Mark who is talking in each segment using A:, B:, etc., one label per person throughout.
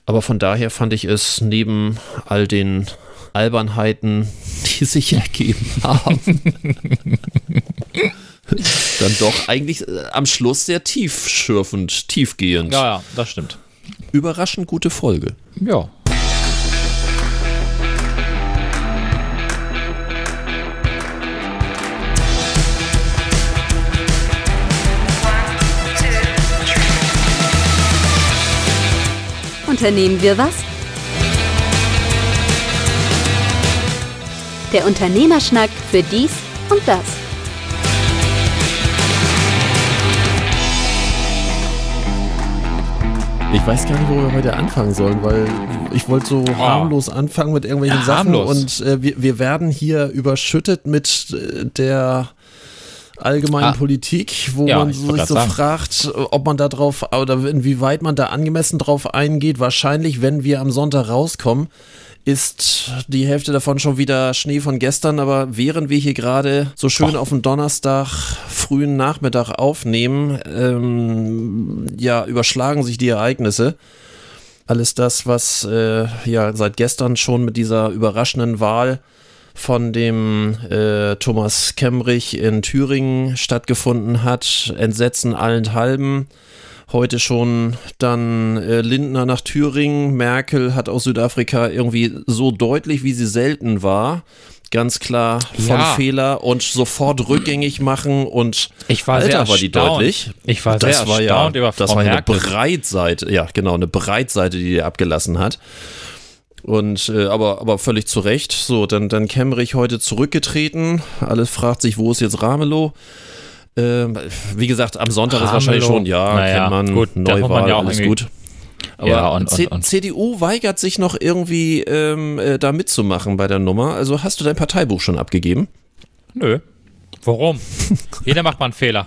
A: Aber von daher fand ich es neben all den Albernheiten, die sich ergeben haben, dann doch eigentlich am Schluss sehr tiefschürfend, tiefgehend.
B: Ja, das stimmt.
A: Überraschend gute Folge.
B: Ja.
C: Unternehmen wir was? Der Unternehmerschnack für dies und das.
A: Ich weiß gar nicht, wo wir heute anfangen sollen, weil ich wollte so harmlos anfangen mit irgendwelchen Sachen und wir werden hier überschüttet mit der allgemeinen Politik, wo man sich so fragt, ob man da drauf oder inwieweit man da angemessen drauf eingeht. Wahrscheinlich, wenn wir am Sonntag rauskommen, ist die Hälfte davon schon wieder Schnee von gestern, aber während wir hier gerade so schön auf dem Donnerstag frühen Nachmittag aufnehmen, überschlagen sich die Ereignisse. Alles das, was seit gestern schon mit dieser überraschenden Wahl von dem Thomas Kemmerich in Thüringen stattgefunden hat, Entsetzen allenthalben. Heute schon dann Lindner nach Thüringen, Merkel hat aus Südafrika irgendwie so deutlich, wie sie selten war, ganz klar von Fehler und sofort rückgängig machen und
B: ich war sehr erstaunt.
A: Die deutlich.
B: Ich war sehr erstaunt über Frau Merkel.
A: Das war eine Breitseite, eine Breitseite, die abgelassen hat. Und aber völlig zu Recht. So, dann Kemmerich heute zurückgetreten. Alles fragt sich, wo ist jetzt Ramelow? Wie gesagt, am Sonntag ist wahrscheinlich schon, kennt man, gut, Neuwahl, alles gut. Aber und CDU weigert sich noch irgendwie da mitzumachen bei der Nummer. Also hast du dein Parteibuch schon abgegeben?
B: Nö. Warum? Jeder macht mal einen Fehler.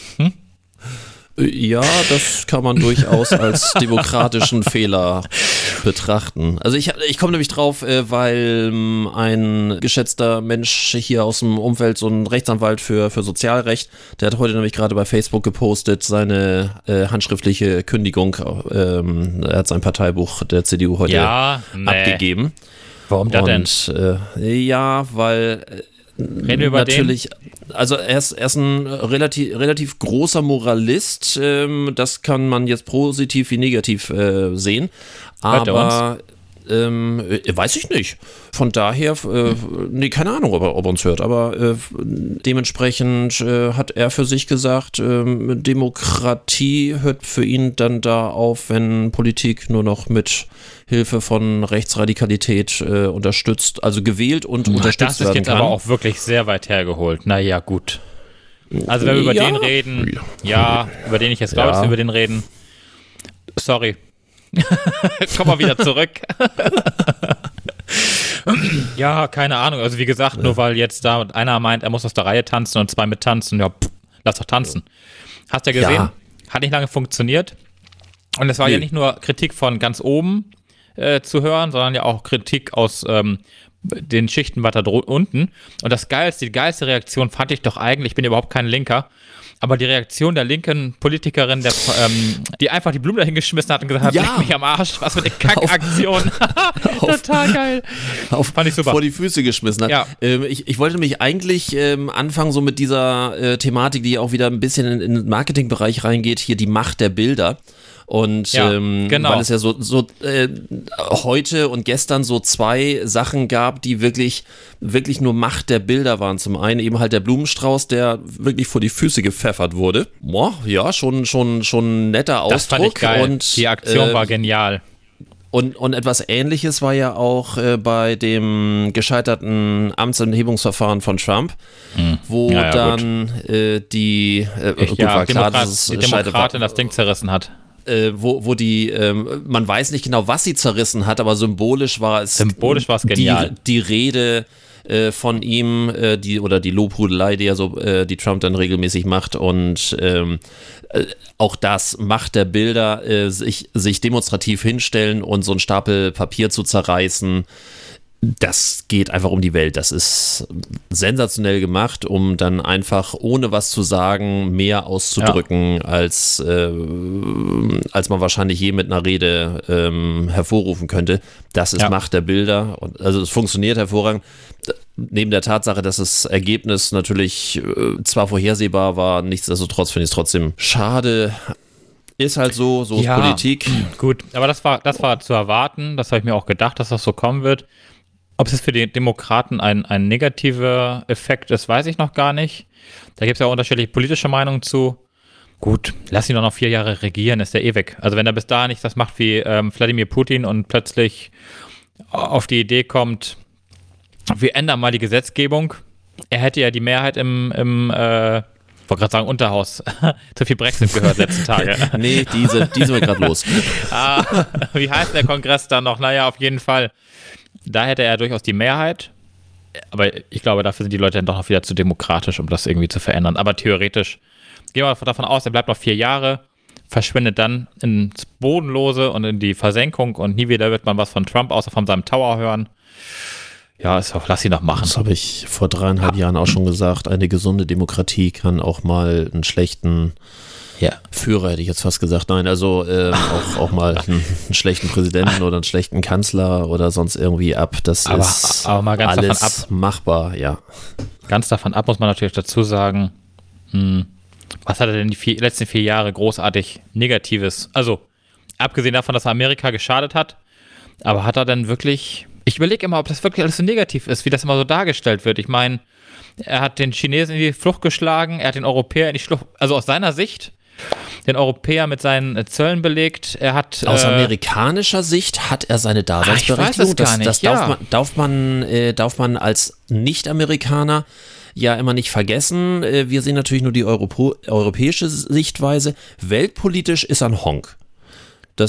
A: Ja, das kann man durchaus als demokratischen Fehler betrachten. Also ich komme nämlich drauf, weil ein geschätzter Mensch hier aus dem Umfeld, so ein Rechtsanwalt für Sozialrecht, der hat heute nämlich gerade bei Facebook gepostet, seine handschriftliche Kündigung. Er hat sein Parteibuch der CDU heute abgegeben.
B: Warum da denn?
A: Weil
B: reden wir über
A: natürlich, also er ist ein relativ großer Moralist, das kann man jetzt positiv wie negativ sehen, aber weiß ich nicht. Von daher, keine Ahnung, ob er uns hört, aber dementsprechend hat er für sich gesagt, Demokratie hört für ihn dann da auf, wenn Politik nur noch mit Hilfe von Rechtsradikalität unterstützt, also gewählt und unterstützt werden kann.
B: Das ist jetzt aber auch wirklich sehr weit hergeholt. Naja, gut. Also wenn wir über den reden, über den ich jetzt glaube, dass wir über den reden, sorry. Komm mal wieder zurück. Ja, keine Ahnung. Also wie gesagt, nur weil jetzt da einer meint, er muss aus der Reihe tanzen und zwei mit tanzen, lass doch tanzen. Hast du ja gesehen, hat nicht lange funktioniert. Und es war ja nicht nur Kritik von ganz oben zu hören, sondern ja auch Kritik aus den Schichten weiter unten. Und die geilste Reaktion fand ich doch eigentlich, ich bin überhaupt kein Linker, aber die Reaktion der linken Politikerin, die einfach die Blume dahin geschmissen hat und gesagt hat, leck mich am Arsch, was für eine Kackaktion. Total geil.
A: Fand ich super. Vor die Füße geschmissen hat. Ja. Ich wollte nämlich eigentlich anfangen so mit dieser Thematik, die auch wieder ein bisschen in den Marketingbereich reingeht, hier die Macht der Bilder. Und weil es ja so heute und gestern so zwei Sachen gab, die wirklich nur Macht der Bilder waren. Zum einen eben halt der Blumenstrauß, der wirklich vor die Füße gepfeffert wurde. Schon ein netter Ausdruck. Das fand ich geil. Und
B: die Aktion war genial.
A: Und etwas Ähnliches war ja auch bei dem gescheiterten Amtsenthebungsverfahren von Trump, wo dann die
B: Demokratin das Ding zerrissen hat.
A: Wo die, man weiß nicht genau, was sie zerrissen hat, aber symbolisch war es
B: genial.
A: Die Rede von ihm, die Lobhudelei, die Trump dann regelmäßig macht und auch das Macht der Bilder, sich demonstrativ hinstellen und so einen Stapel Papier zu zerreißen, das geht einfach um die Welt. Das ist sensationell gemacht, um dann einfach ohne was zu sagen mehr auszudrücken, als man wahrscheinlich je mit einer Rede hervorrufen könnte. Das ist Macht der Bilder. Also es funktioniert hervorragend. Neben der Tatsache, dass das Ergebnis natürlich zwar vorhersehbar war, nichtsdestotrotz finde ich es trotzdem schade. Ist halt so ist Politik.
B: Gut, aber das war zu erwarten. Das habe ich mir auch gedacht, dass das so kommen wird. Ob es für die Demokraten ein negativer Effekt ist, weiß ich noch gar nicht. Da gibt es ja auch unterschiedliche politische Meinungen zu. Gut, lass ihn doch noch 4 Jahre regieren, ist der eh weg. Also wenn er bis dahin nicht das macht wie Wladimir Putin und plötzlich auf die Idee kommt, wir ändern mal die Gesetzgebung. Er hätte ja die Mehrheit im wollte gerade sagen Unterhaus. Zu viel Brexit gehört letzten Tage.
A: Nee, die sind gerade los.
B: Wie heißt der Kongress dann noch? Naja, auf jeden Fall. Da hätte er durchaus die Mehrheit, aber ich glaube, dafür sind die Leute dann doch noch wieder zu demokratisch, um das irgendwie zu verändern. Aber theoretisch, gehen wir davon aus, er bleibt noch 4 Jahre, verschwindet dann ins Bodenlose und in die Versenkung und nie wieder wird man was von Trump außer von seinem Tower hören. Ja, lass ihn doch machen.
A: Das habe ich vor 3,5 Jahren auch schon gesagt. Eine gesunde Demokratie kann auch mal einen schlechten Führer, hätte ich jetzt fast gesagt. Nein, also auch mal einen schlechten Präsidenten oder einen schlechten Kanzler oder sonst irgendwie ab. Das ist
B: aber mal ganz
A: alles
B: davon ab.
A: Machbar, ja.
B: Ganz davon ab muss man natürlich dazu sagen, was hat er denn die letzten 4 Jahre großartig Negatives? Also, abgesehen davon, dass er Amerika geschadet hat, aber hat er denn wirklich, ich überlege immer, ob das wirklich alles so negativ ist, wie das immer so dargestellt wird. Ich meine, er hat den Chinesen in die Flucht geschlagen, er hat den Europäer in die Flucht, also aus seiner Sicht, den Europäer mit seinen Zöllen belegt. Er hat
A: aus amerikanischer Sicht hat er seine Daseinsberechtigung.
B: Ich weiß es gar nicht.
A: Das darf man als Nicht-Amerikaner ja immer nicht vergessen. Wir sehen natürlich nur die europäische Sichtweise. Weltpolitisch ist er ein Honk. Er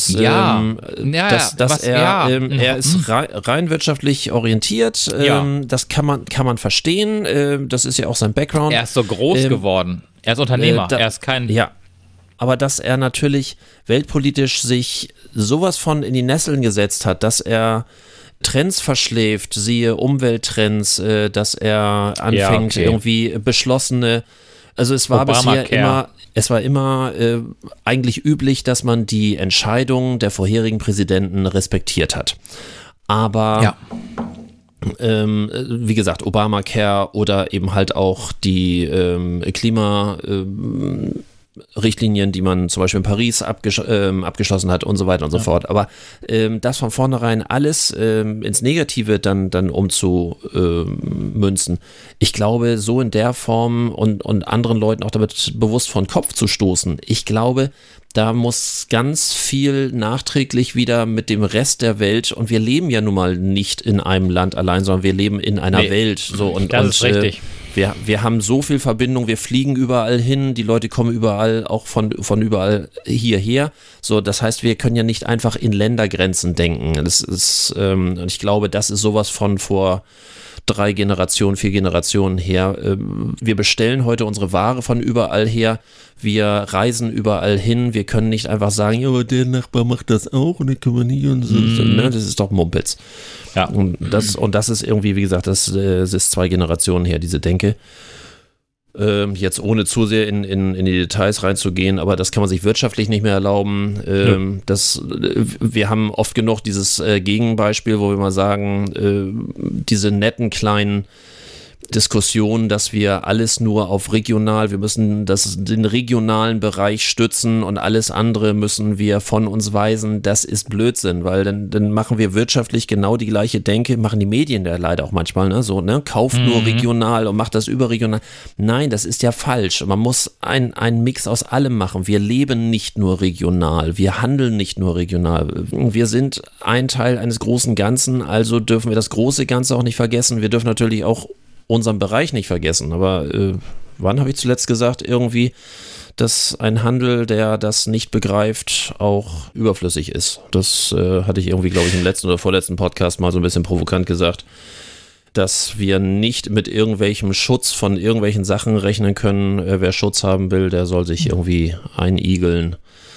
A: ist rein wirtschaftlich orientiert. Das kann man verstehen. Das ist ja auch sein Background.
B: Er ist so groß geworden. Er ist Unternehmer. Er ist kein.
A: Ja. Aber dass er natürlich weltpolitisch sich sowas von in die Nesseln gesetzt hat, dass er Trends verschläft, siehe Umwelttrends, dass er anfängt irgendwie beschlossene, also es war bisher immer eigentlich üblich, dass man die Entscheidungen der vorherigen Präsidenten respektiert hat. Aber wie gesagt, Obamacare oder eben halt auch die Klimarichtlinien, die man zum Beispiel in Paris abgeschlossen hat und so weiter und so fort. Aber das von vornherein alles ins Negative dann umzumünzen, ich glaube, so in der Form und anderen Leuten auch damit bewusst vor den Kopf zu stoßen, ich glaube, da muss ganz viel nachträglich wieder mit dem Rest der Welt, und wir leben ja nun mal nicht in einem Land allein, sondern wir leben in einer Welt. So,
B: das ist richtig.
A: Wir haben so viel Verbindung, wir fliegen überall hin, die Leute kommen überall, auch von überall hierher. So, das heißt, wir können ja nicht einfach in Ländergrenzen denken. Das ist, und ich glaube, das ist sowas von vor 3 Generationen, 4 Generationen her. Wir bestellen heute unsere Ware von überall her. Wir reisen überall hin. Wir können nicht einfach sagen, ja, der Nachbar macht das auch und dann können wir nicht und so. Ne? Das ist doch Mumpitz.
B: Ja.
A: Und das ist irgendwie, wie gesagt, das ist 2 Generationen her, diese Denke. Jetzt ohne zu sehr in die Details reinzugehen, aber das kann man sich wirtschaftlich nicht mehr erlauben. Wir haben oft genug dieses Gegenbeispiel, wo wir mal sagen, diese netten kleinen Diskussion, dass wir alles nur auf regional, wir müssen den regionalen Bereich stützen und alles andere müssen wir von uns weisen, das ist Blödsinn, weil dann machen wir wirtschaftlich genau die gleiche Denke, machen die Medien ja leider auch manchmal, ne, so, ne, kauft nur regional und macht das überregional. Nein, das ist ja falsch. Man muss einen Mix aus allem machen. Wir leben nicht nur regional, wir handeln nicht nur regional. Wir sind ein Teil eines großen Ganzen, also dürfen wir das große Ganze auch nicht vergessen. Wir dürfen natürlich auch unseren Bereich nicht vergessen, aber wann habe ich zuletzt gesagt, irgendwie, dass ein Handel, der das nicht begreift, auch überflüssig ist. Das hatte ich irgendwie, glaube ich, im letzten oder vorletzten Podcast mal so ein bisschen provokant gesagt, dass wir nicht mit irgendwelchem Schutz von irgendwelchen Sachen rechnen können. Wer Schutz haben will, der soll sich irgendwie einigeln.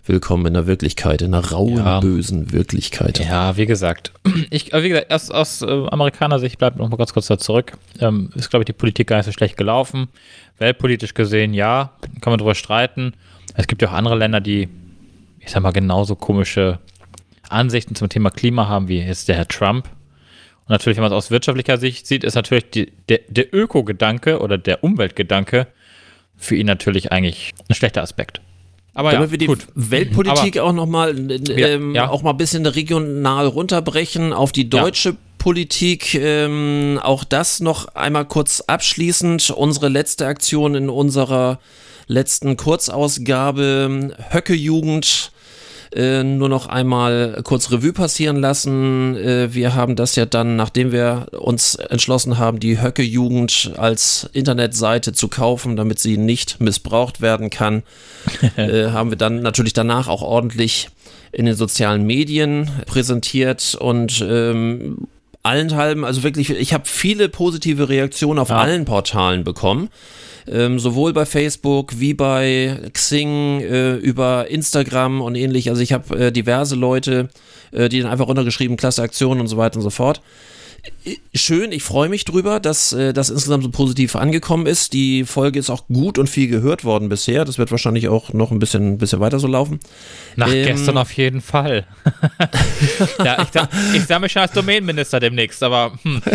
A: willkommen in der Wirklichkeit, in einer rauen, bösen Wirklichkeit.
B: Ja, wie gesagt, erst aus Amerikaner-Sicht, ich bleibe noch mal ganz kurz da zurück, ist, glaube ich, die Politik gar nicht so schlecht gelaufen. Weltpolitisch gesehen, ja, kann man drüber streiten. Es gibt ja auch andere Länder, die, ich sag mal, genauso komische Ansichten zum Thema Klima haben, wie jetzt der Herr Trump. Und natürlich, wenn man es aus wirtschaftlicher Sicht sieht, ist natürlich der Öko-Gedanke oder der Umweltgedanke für ihn natürlich eigentlich ein schlechter Aspekt. Aber
A: damit wir die Weltpolitik auch noch mal auch mal ein bisschen regional runterbrechen auf die deutsche Politik, auch das noch einmal kurz abschließend. Unsere letzte Aktion in unserer letzten Kurzausgabe, Höcke-Jugend, nur noch einmal kurz Revue passieren lassen. Wir haben das ja dann, nachdem wir uns entschlossen haben, die Höcke-Jugend als Internetseite zu kaufen, damit sie nicht missbraucht werden kann, haben wir dann natürlich danach auch ordentlich in den sozialen Medien präsentiert und allenthalben, also wirklich, ich habe viele positive Reaktionen auf allen Portalen bekommen. Sowohl bei Facebook wie bei Xing, über Instagram und ähnlich. Also ich habe diverse Leute, die dann einfach runtergeschrieben, klasse Aktion und so weiter und so fort. Schön, ich freue mich drüber, dass das insgesamt so positiv angekommen ist. Die Folge ist auch gut und viel gehört worden bisher. Das wird wahrscheinlich auch noch ein bisschen weiter so laufen.
B: Nach gestern auf jeden Fall. Ja, ich sah mich schon als Domänenminister demnächst, aber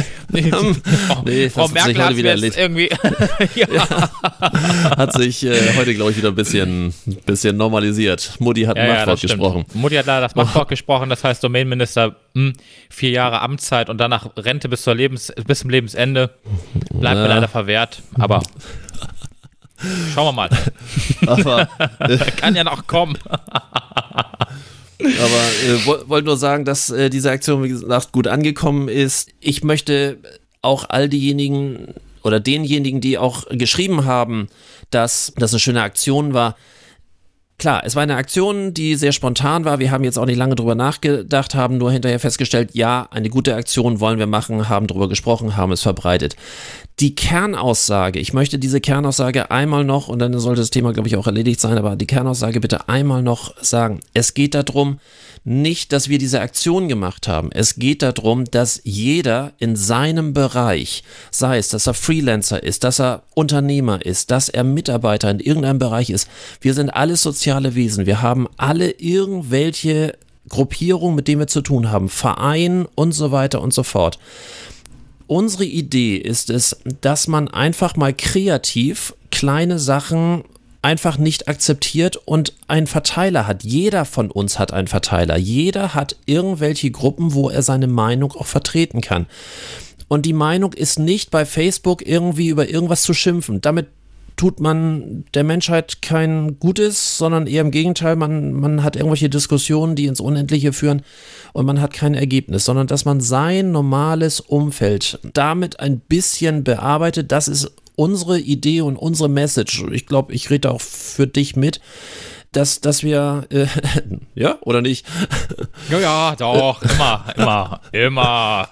A: Frau Merkel hat wieder irgendwie hat sich heute, glaube ich, wieder ein bisschen normalisiert. Mutti hat ein Machtwort gesprochen.
B: Mutti hat leider das Machtwort gesprochen, das heißt Domänenminister 4 Jahre Amtszeit und danach Rente bis zum Lebensende. Bleibt mir leider verwehrt, aber schauen wir mal. Aber kann ja noch kommen.
A: Aber wollte nur sagen, dass diese Aktion, wie gesagt, gut angekommen ist. Ich möchte auch all diejenigen oder denjenigen, die auch geschrieben haben, dass das eine schöne Aktion war. Klar, es war eine Aktion, die sehr spontan war. Wir haben jetzt auch nicht lange drüber nachgedacht, haben nur hinterher festgestellt, ja, eine gute Aktion wollen wir machen, haben drüber gesprochen, haben es verbreitet. Die Kernaussage, ich möchte diese Kernaussage einmal noch, und dann sollte das Thema, glaube ich, auch erledigt sein, aber die Kernaussage bitte einmal noch sagen. Es geht darum, nicht, dass wir diese Aktion gemacht haben. Es geht darum, dass jeder in seinem Bereich, sei es, dass er Freelancer ist, dass er Unternehmer ist, dass er Mitarbeiter in irgendeinem Bereich ist. Wir sind alles soziale Wesen. Wir haben alle irgendwelche Gruppierungen, mit denen wir zu tun haben, Verein und so weiter und so fort. Unsere Idee ist es, dass man einfach mal kreativ kleine Sachen einfach nicht akzeptiert und einen Verteiler hat. Jeder von uns hat einen Verteiler. Jeder hat irgendwelche Gruppen, wo er seine Meinung auch vertreten kann. Und die Meinung ist nicht bei Facebook irgendwie über irgendwas zu schimpfen. Damit tut man der Menschheit kein Gutes, sondern eher im Gegenteil, man hat irgendwelche Diskussionen, die ins Unendliche führen und man hat kein Ergebnis, sondern dass man sein normales Umfeld damit ein bisschen bearbeitet. Das ist unsere Idee und unsere Message. Ich glaube, ich rede auch für dich mit, dass wir, ja, oder nicht?
B: Ja, doch, immer.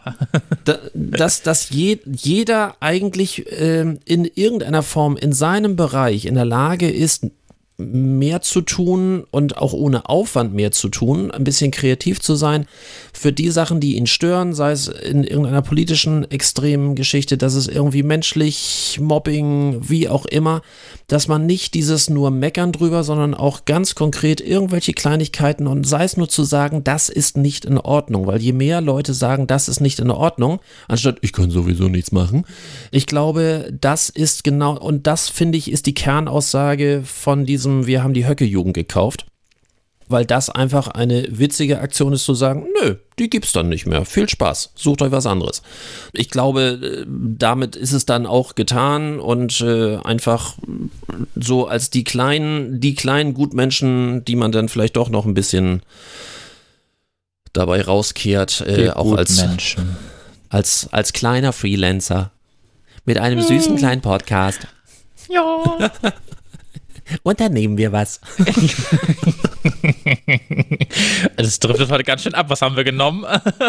A: Dass jeder eigentlich in irgendeiner Form in seinem Bereich in der Lage ist, mehr zu tun und auch ohne Aufwand mehr zu tun, ein bisschen kreativ zu sein für die Sachen, die ihn stören, sei es in irgendeiner politischen extremen Geschichte, dass es irgendwie menschlich, Mobbing, wie auch immer, dass man nicht dieses nur Meckern drüber, sondern auch ganz konkret irgendwelche Kleinigkeiten und sei es nur zu sagen, das ist nicht in Ordnung, weil je mehr Leute sagen, das ist nicht in Ordnung, anstatt ich kann sowieso nichts machen, ich glaube, das ist genau, und das finde ich ist die Kernaussage von diesem, wir haben die Höcke-Jugend gekauft, weil das einfach eine witzige Aktion ist zu sagen, nö, die gibt's dann nicht mehr, viel Spaß, sucht euch was anderes. Ich glaube, damit ist es dann auch getan und einfach so als die kleinen Gutmenschen, die man dann vielleicht doch noch ein bisschen dabei rauskehrt, auch als kleiner Freelancer mit einem süßen kleinen Podcast.
B: Ja.
A: Und dann nehmen wir was.
B: Das driftet heute ganz schön ab. Was haben wir genommen?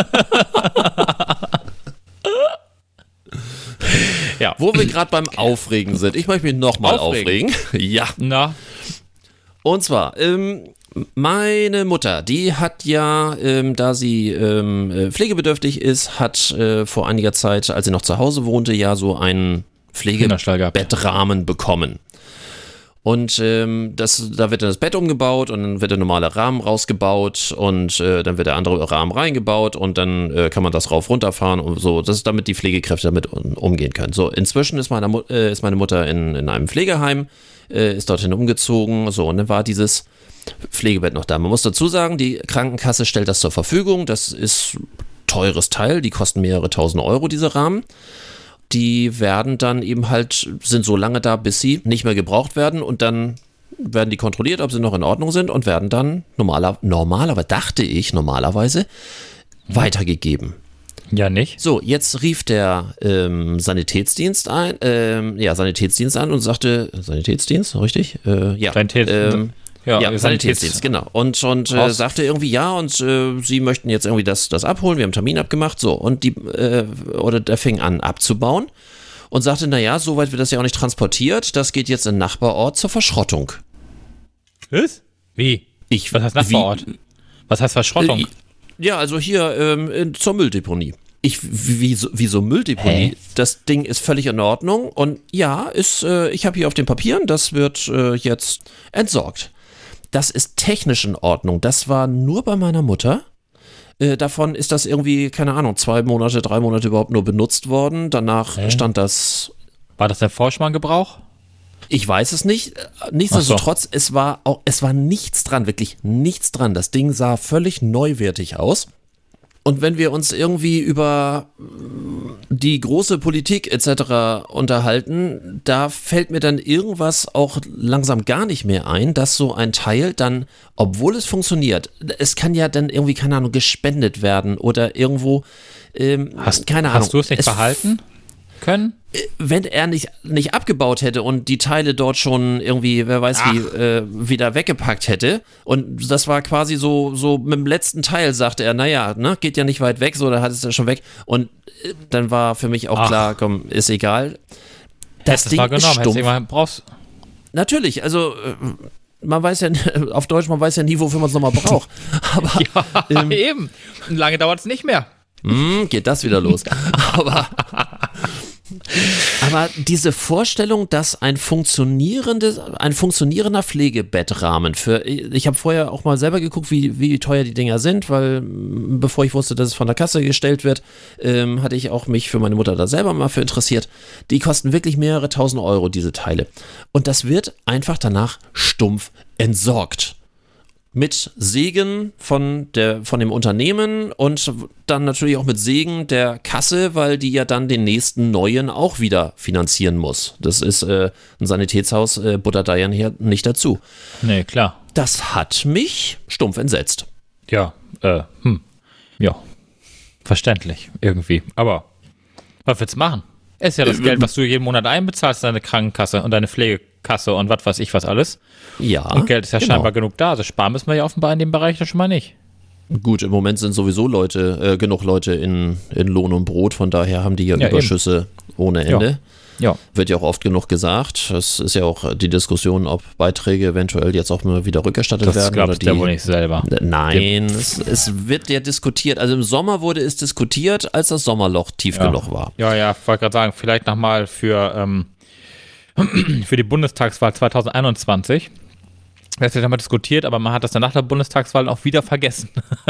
A: Ja. Wo wir gerade beim Aufregen sind. Ich möchte mich nochmal aufregen. Ja.
B: Na.
A: Und zwar, Meine Mutter, die hat ja, da sie pflegebedürftig ist, hat vor einiger Zeit, als sie noch zu Hause wohnte, ja so einen Pflegebettrahmen bekommen. Und da wird dann das Bett umgebaut und dann wird der normale Rahmen rausgebaut und dann wird der andere Rahmen reingebaut und dann kann man das rauf-runterfahren und so. Das ist, damit die Pflegekräfte damit umgehen können. So, inzwischen ist meine Mutter in einem Pflegeheim, ist dorthin umgezogen, so, und dann war dieses Pflegebett noch da. Man muss dazu sagen, die Krankenkasse stellt das zur Verfügung. Das ist ein teures Teil, die kosten mehrere tausend Euro, diese Rahmen. Die werden dann eben halt, sind so lange da, bis sie nicht mehr gebraucht werden und dann werden die kontrolliert, ob sie noch in Ordnung sind und werden dann normalerweise weitergegeben.
B: Ja, nicht?
A: So, jetzt rief der Sanitätsdienst an und sagte, Sanitätsdienst, richtig? Ja. Sanitätsdienst, genau. Und sagte irgendwie, ja, und sie möchten jetzt irgendwie das abholen, wir haben einen Termin abgemacht, so. Und der fing an abzubauen und sagte, naja, so weit wird das ja auch nicht transportiert, das geht jetzt in den Nachbarort zur Verschrottung.
B: Was? Wie? Was heißt Nachbarort? Was heißt Verschrottung?
A: Ja, also hier zur Mülldeponie. Wieso Mülldeponie? Hä? Das Ding ist völlig in Ordnung und ja, ich habe hier auf den Papieren, das wird jetzt entsorgt. Das ist technisch in Ordnung. Das war nur bei meiner Mutter. Davon ist das irgendwie, keine Ahnung, 2 Monate, 3 Monate überhaupt nur benutzt worden. Danach stand das...
B: War das der Forschmann-Gebrauch?
A: Ich weiß es nicht. Nichtsdestotrotz, es war nichts dran, wirklich nichts dran. Das Ding sah völlig neuwertig aus. Und wenn wir uns irgendwie über die große Politik etc. unterhalten, da fällt mir dann irgendwas auch langsam gar nicht mehr ein, dass so ein Teil dann, obwohl es funktioniert, es kann ja dann irgendwie, keine Ahnung, gespendet werden oder irgendwo, keine Ahnung.
B: Hast du es nicht behalten können?
A: Wenn er nicht abgebaut hätte und die Teile dort schon irgendwie, wer weiß wie, wieder weggepackt hätte. Und das war quasi so mit dem letzten Teil, sagte er, naja, ne, geht ja nicht weit weg, so, da hat es ja schon weg. Und dann war für mich auch klar, komm, ist egal. Das Ding ist stumpf. Natürlich, also man weiß ja, auf Deutsch, man weiß ja nie, wofür man es nochmal braucht. Aber,
B: ja, eben. Lange dauert es nicht mehr.
A: Geht das wieder los. Aber diese Vorstellung, dass ein funktionierender Pflegebettrahmen ich habe vorher auch mal selber geguckt, wie teuer die Dinger sind, weil bevor ich wusste, dass es von der Kasse gestellt wird, hatte ich auch mich für meine Mutter da selber mal für interessiert. Die kosten wirklich mehrere tausend Euro, diese Teile. Und das wird einfach danach stumpf entsorgt. Mit Segen von dem Unternehmen und dann natürlich auch mit Segen der Kasse, weil die ja dann den nächsten neuen auch wieder finanzieren muss. Das ist ein Sanitätshaus, buttert da ja nicht dazu.
B: Nee, klar.
A: Das hat mich stumpf entsetzt.
B: Ja, ja, verständlich irgendwie. Aber was willst du machen? Ist ja das Geld, was du jeden Monat einbezahlst, deine Krankenkasse und deine Pflegekasse und was weiß ich was alles.
A: Ja.
B: Und Geld ist ja scheinbar genug da. Also sparen müssen wir ja offenbar in dem Bereich schon mal nicht.
A: Gut, im Moment sind sowieso genug Leute in Lohn und Brot, von daher haben die ja Überschüsse ohne Ende. Ja. Wird ja auch oft genug gesagt. Es ist ja auch die Diskussion, ob Beiträge eventuell jetzt auch mal wieder rückerstattet werden.
B: Das glaubt der wohl nicht selber.
A: Nein, es wird ja diskutiert. Also im Sommer wurde es diskutiert, als das Sommerloch tief genug war.
B: Ja, ich wollte gerade sagen, vielleicht nochmal für die Bundestagswahl 2021. Das wird ja mal diskutiert, aber man hat das dann nach der Bundestagswahl auch wieder vergessen.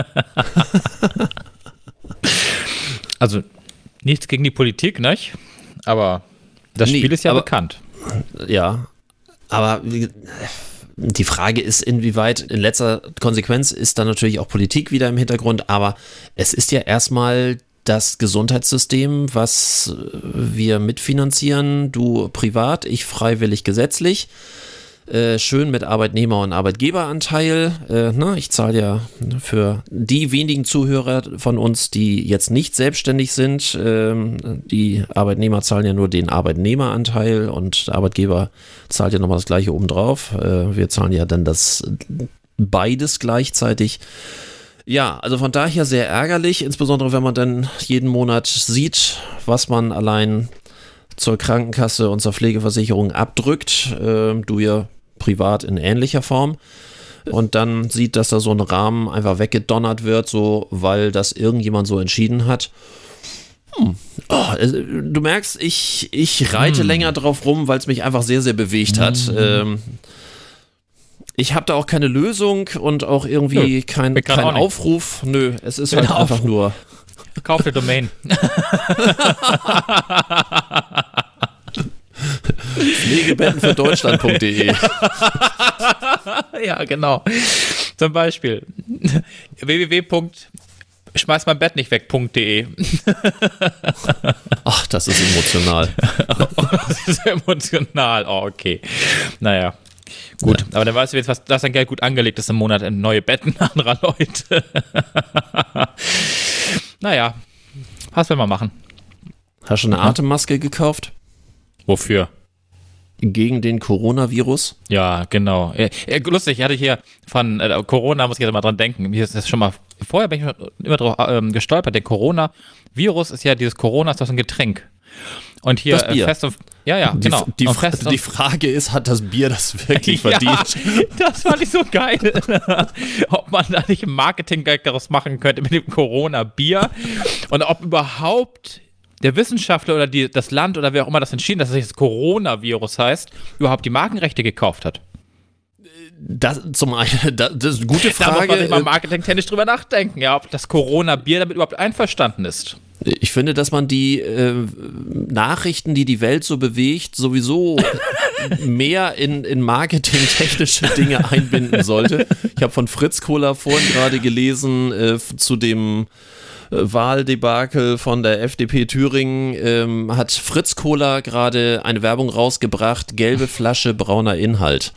B: Also nichts gegen die Politik, nicht? Aber das Spiel ist ja bekannt.
A: Ja, aber die Frage ist, inwieweit in letzter Konsequenz ist dann natürlich auch Politik wieder im Hintergrund, aber es ist ja erstmal das Gesundheitssystem, was wir mitfinanzieren, du privat, ich freiwillig gesetzlich. Schön mit Arbeitnehmer- und Arbeitgeberanteil. Ich zahle ja für die wenigen Zuhörer von uns, die jetzt nicht selbstständig sind. Die Arbeitnehmer zahlen ja nur den Arbeitnehmeranteil und der Arbeitgeber zahlt ja nochmal das Gleiche obendrauf. Wir zahlen ja dann beides gleichzeitig. Ja, also von daher sehr ärgerlich, insbesondere wenn man dann jeden Monat sieht, was man allein zur Krankenkasse und zur Pflegeversicherung abdrückt, du ja privat in ähnlicher Form. und dann sieht, dass da so ein Rahmen einfach weggedonnert wird, so, weil das irgendjemand so entschieden hat. Du merkst, ich reite länger drauf rum, weil es mich einfach sehr, sehr bewegt hat. Ich habe da auch keine Lösung und auch irgendwie kein Aufruf. Nö, es ist halt einfach nur...
B: Kauf eine Domain.
A: Pflegebettenfürdeutschland.de.
B: Ja, genau. Zum Beispiel www.schmeißmeinbettnichtweg.de.
A: Ach, das ist emotional.
B: Das ist emotional, okay. Naja. Gut, aber dann weißt du jetzt, dass dein Geld gut angelegt ist im Monat in neue Betten anderer Leute. Naja, was will man machen?
A: Hast du eine Atemmaske gekauft?
B: Wofür?
A: Gegen den Coronavirus?
B: Ja, genau. Lustig, ich hatte hier von Corona, muss ich jetzt mal dran denken. Mir ist das schon mal, vorher bin ich immer drauf gestolpert. Der Coronavirus ist ja, dieses Corona ist doch ein Getränk. Und hier
A: das Bier.
B: Genau.
A: Die Frage ist, hat das Bier das wirklich verdient?
B: Ja, das fand ich so geil. Ob man da nicht ein Marketing-Gag daraus machen könnte mit dem Corona-Bier und ob überhaupt der Wissenschaftler oder das Land oder wer auch immer das entschieden, dass es das Coronavirus heißt, überhaupt die Markenrechte gekauft hat.
A: Das ist eine gute Frage.
B: Da muss man sich mal marketingtechnisch drüber nachdenken, ja, ob das Corona-Bier damit überhaupt einverstanden ist.
A: Ich finde, dass man die Nachrichten, die die Welt so bewegt, sowieso mehr in marketingtechnische Dinge einbinden sollte. Ich habe von Fritz Kohler vorhin gerade gelesen zu dem Wahldebakel von der FDP Thüringen, hat Fritz Kohler gerade eine Werbung rausgebracht, gelbe Flasche, brauner Inhalt.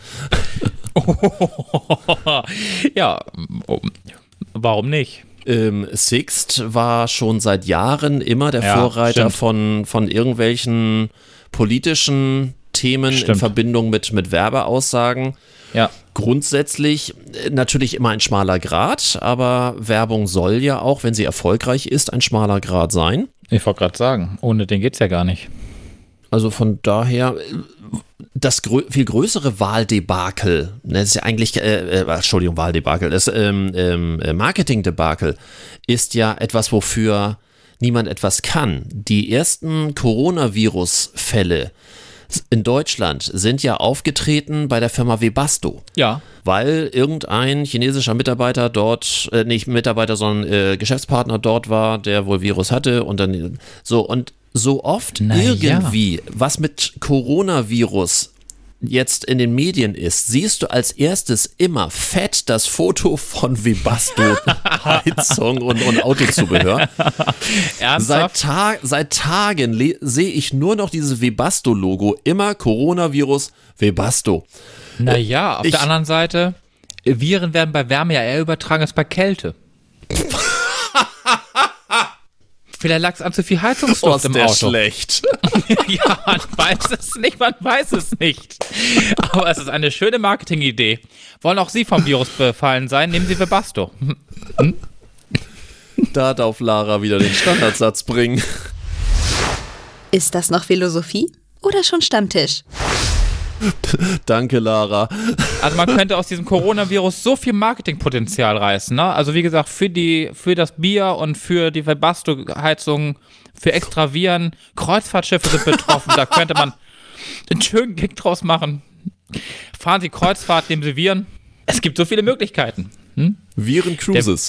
B: Ja, warum nicht?
A: Sixt war schon seit Jahren immer der Vorreiter von irgendwelchen politischen Themen in Verbindung mit Werbeaussagen.
B: Ja.
A: Grundsätzlich natürlich immer ein schmaler Grat, aber Werbung soll ja auch, wenn sie erfolgreich ist, ein schmaler Grat sein.
B: Ich wollte gerade sagen, ohne den geht's ja gar nicht.
A: Also von daher, das viel größere Wahldebakel, das ist ja eigentlich, Wahldebakel, das Marketingdebakel ist ja etwas, wofür niemand etwas kann. Die ersten Coronavirus-Fälle in Deutschland sind ja aufgetreten bei der Firma Webasto.
B: Ja.
A: Weil irgendein chinesischer Mitarbeiter dort, nicht Mitarbeiter, sondern Geschäftspartner dort war, der wohl Virus hatte und dann so oft irgendwie was mit Coronavirus jetzt in den Medien ist, siehst du als erstes immer fett das Foto von Webasto Heizung und Autozubehör.
B: Ernsthaft?
A: Seit Tagen sehe ich nur noch dieses Webasto-Logo, immer Coronavirus Webasto.
B: Naja, auf der anderen Seite, Viren werden bei Wärme ja eher übertragen als bei Kälte. Vielleicht lag es an zu viel Heizungsluft im Auto.
A: Ist der schlecht.
B: Ja, man weiß es nicht. Aber es ist eine schöne Marketingidee. Wollen auch Sie vom Virus befallen sein? Nehmen Sie Webasto.
A: Da darf Lara wieder den Standardsatz bringen.
C: Ist das noch Philosophie oder schon Stammtisch?
A: Danke, Lara.
B: Also man könnte aus diesem Coronavirus so viel Marketingpotenzial reißen, ne? Also wie gesagt, für das Bier und für die Webasto-Heizung, für extra Viren, Kreuzfahrtschiffe sind betroffen, da könnte man einen schönen Gig draus machen. Fahren Sie Kreuzfahrt, nehmen Sie Viren. Es gibt so viele Möglichkeiten.
A: Viren-Cruises.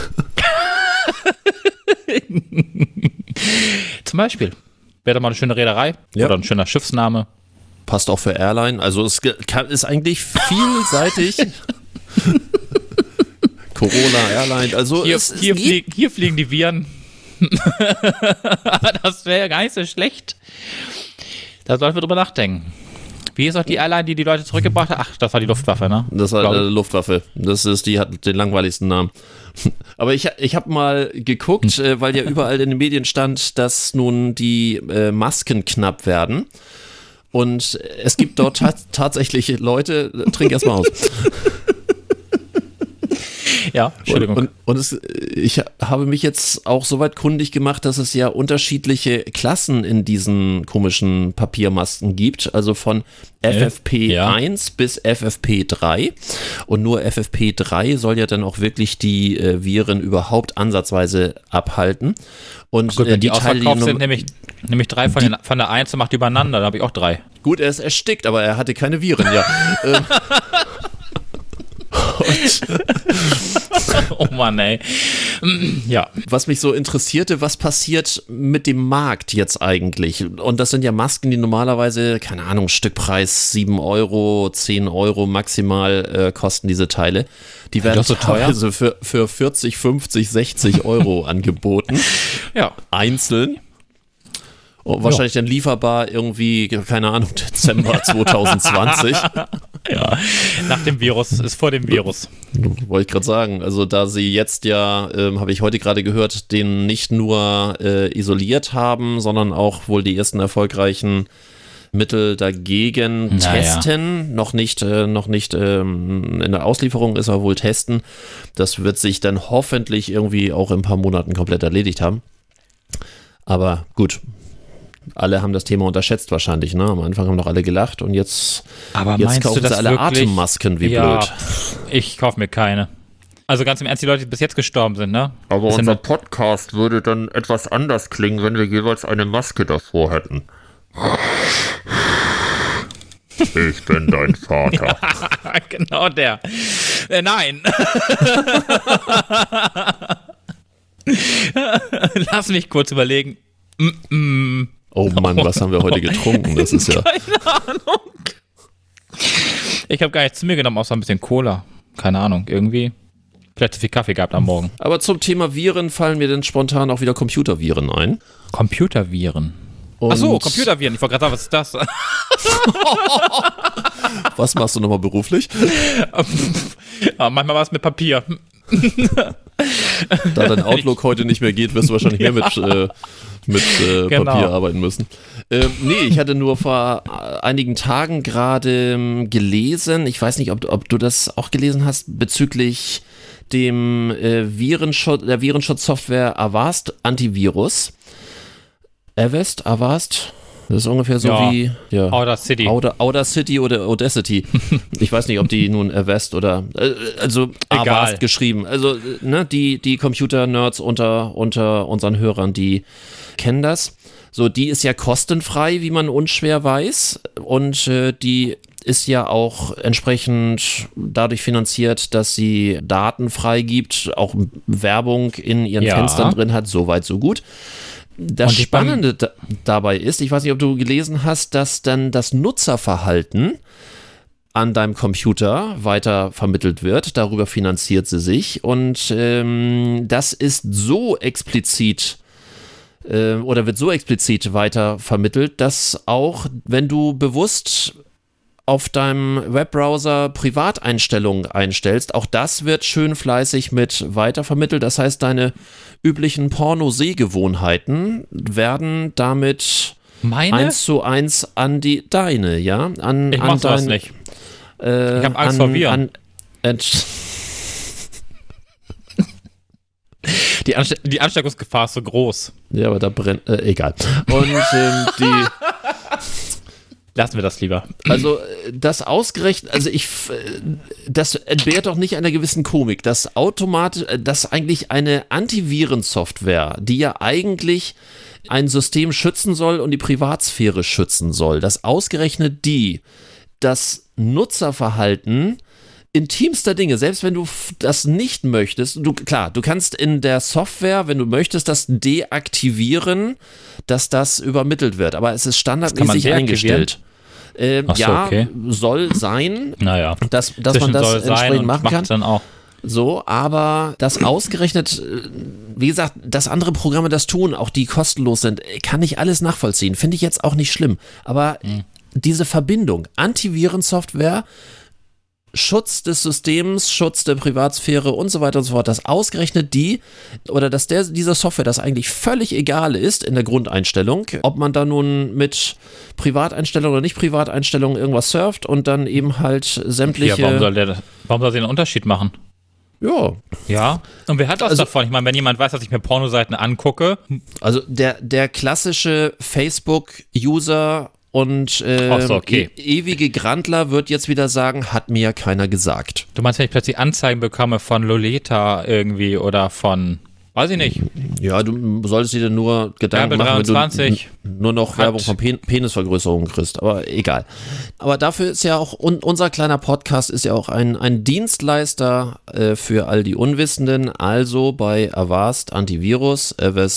B: Zum Beispiel. Wäre doch mal eine schöne Reederei oder ein schöner Schiffsname.
A: Passt auch für Airline. Also es ist eigentlich vielseitig. Corona, Airline. Also
B: hier fliegen die Viren. Das wäre ja gar nicht so schlecht. Da sollten wir drüber nachdenken. Wie ist auch die Airline, die Leute zurückgebracht hat? Ach, das war die Luftwaffe, ne?
A: Das war die Luftwaffe. Die hat den langweiligsten Namen. Aber ich habe mal geguckt, weil ja überall in den Medien stand, dass nun die Masken knapp werden. Und es gibt dort tatsächlich Leute, trink erst mal aus.
B: Ja, Entschuldigung.
A: Ich habe mich jetzt auch soweit kundig gemacht, dass es ja unterschiedliche Klassen in diesen komischen Papiermasken gibt, also von FFP1 bis FFP3 und nur FFP3 soll ja dann auch wirklich die Viren überhaupt ansatzweise abhalten. Und
B: gut, wenn die ausverkauft sind, nämlich 3 von der 1 und macht übereinander, da habe ich auch 3.
A: Gut, er ist erstickt, aber er hatte keine Viren, ja.
B: Oh Mann, ey. Ja.
A: Was mich so interessierte, was passiert mit dem Markt jetzt eigentlich? Und das sind ja Masken, die normalerweise, keine Ahnung, Stückpreis 7 Euro, 10 Euro maximal kosten diese Teile. Die werden
B: so
A: teilweise für 40, 50, 60 Euro angeboten.
B: Ja.
A: Einzeln. Und wahrscheinlich dann lieferbar irgendwie, keine Ahnung, Dezember 2020.
B: Ja, nach dem Virus, ist vor dem Virus.
A: Wollte ich gerade sagen, also da sie jetzt ja, habe ich heute gerade gehört, den nicht nur isoliert haben, sondern auch wohl die ersten erfolgreichen Mittel dagegen testen, noch nicht in der Auslieferung ist er wohl testen. Das wird sich dann hoffentlich irgendwie auch in ein paar Monaten komplett erledigt haben. Aber gut. Alle haben das Thema unterschätzt wahrscheinlich, ne? Am Anfang haben noch alle gelacht und jetzt kaufen sie alle wirklich? Atemmasken, wie blöd.
B: Ich kaufe mir keine. Also ganz im Ernst, die Leute, die bis jetzt gestorben sind, ne?
A: Aber unser Podcast würde dann etwas anders klingen, wenn wir jeweils eine Maske davor hätten. Ich bin dein Vater.
B: Genau der. Nein. Lass mich kurz überlegen.
A: Oh Mann, was haben wir heute getrunken? Das ist ja...
B: Keine Ahnung. Ich habe gar nichts zu mir genommen, außer ein bisschen Cola. Keine Ahnung, irgendwie. Vielleicht zu viel Kaffee gehabt am Morgen.
A: Aber zum Thema Viren fallen mir denn spontan auch wieder Computerviren ein.
B: Computerviren? Achso, Computerviren. Ich wollte gerade sagen, was ist das?
A: Was machst du nochmal beruflich?
B: Manchmal was mit Papier.
A: Da dein Outlook heute nicht mehr geht, wirst du wahrscheinlich mehr mit
B: Genau.
A: Papier arbeiten müssen. Nee, ich hatte nur vor einigen Tagen gerade gelesen, ich weiß nicht, ob du das auch gelesen hast, bezüglich dem der Virenschutzsoftware Avast Antivirus. Avast? Das ist ungefähr so wie
B: Audacity.
A: Audacity oder Audacity. Ich weiß nicht, ob die nun Avast oder also Avast geschrieben. Also ne, die Computer-Nerds unter unseren Hörern, die kennen das. So, die ist ja kostenfrei, wie man unschwer weiß. Und die ist ja auch entsprechend dadurch finanziert, dass sie Daten freigibt, auch Werbung in ihren Fenstern drin hat. So weit, so gut. Das Spannende dabei ist, ich weiß nicht, ob du gelesen hast, dass dann das Nutzerverhalten an deinem Computer weiter vermittelt wird. Darüber finanziert sie sich. Und das ist so explizit oder wird so explizit weiter vermittelt, dass auch, wenn du bewusst auf deinem Webbrowser Privateinstellungen einstellst, auch das wird schön fleißig mit weitervermittelt. Das heißt, deine üblichen Porno-Sehgewohnheiten werden damit 1:1 an deine, ja?
B: Ich mach sowas nicht. Ich habe Angst vor Viren. Die Ansteckungsgefahr ist so groß.
A: Ja, aber da brennt, egal. Und
B: lassen wir das lieber.
A: Also das ausgerechnet, das entbehrt doch nicht einer gewissen Komik, dass eigentlich eine Antivirensoftware, die ja eigentlich ein System schützen soll und die Privatsphäre schützen soll, dass ausgerechnet das Nutzerverhalten intimster Dinge, selbst wenn du das nicht möchtest, du kannst in der Software, wenn du möchtest, das deaktivieren, dass das übermittelt wird, aber es ist standardmäßig eingestellt.
B: Okay.
A: Soll sein, dass man das entsprechend machen kann.
B: Dann auch.
A: So, aber das ausgerechnet, wie gesagt, dass andere Programme das tun, auch die kostenlos sind, kann ich alles nachvollziehen. Finde ich jetzt auch nicht schlimm. Aber diese Verbindung, Antivirensoftware, Schutz des Systems, Schutz der Privatsphäre und so weiter und so fort, dass ausgerechnet dieser Software das eigentlich völlig egal ist in der Grundeinstellung, ob man da nun mit Privateinstellungen oder nicht Privateinstellungen irgendwas surft und dann eben halt sämtliche...
B: Ja, warum soll sie einen Unterschied machen?
A: Ja.
B: Ja, und wer hat was davon? Ich meine, wenn jemand weiß, dass ich mir Pornoseiten angucke.
A: Also der klassische Facebook-User und ewige Grandler wird jetzt wieder sagen, hat mir ja keiner gesagt.
B: Du meinst, wenn ich plötzlich Anzeigen bekomme von Lolita irgendwie oder von, weiß ich nicht.
A: Ja, du solltest dir nur Gedanken machen, wenn du nur noch Werbung von Penisvergrößerung kriegst, aber egal. Aber dafür ist ja auch, unser kleiner Podcast ist ja auch ein Dienstleister für all die Unwissenden, also bei Avast Antivirus,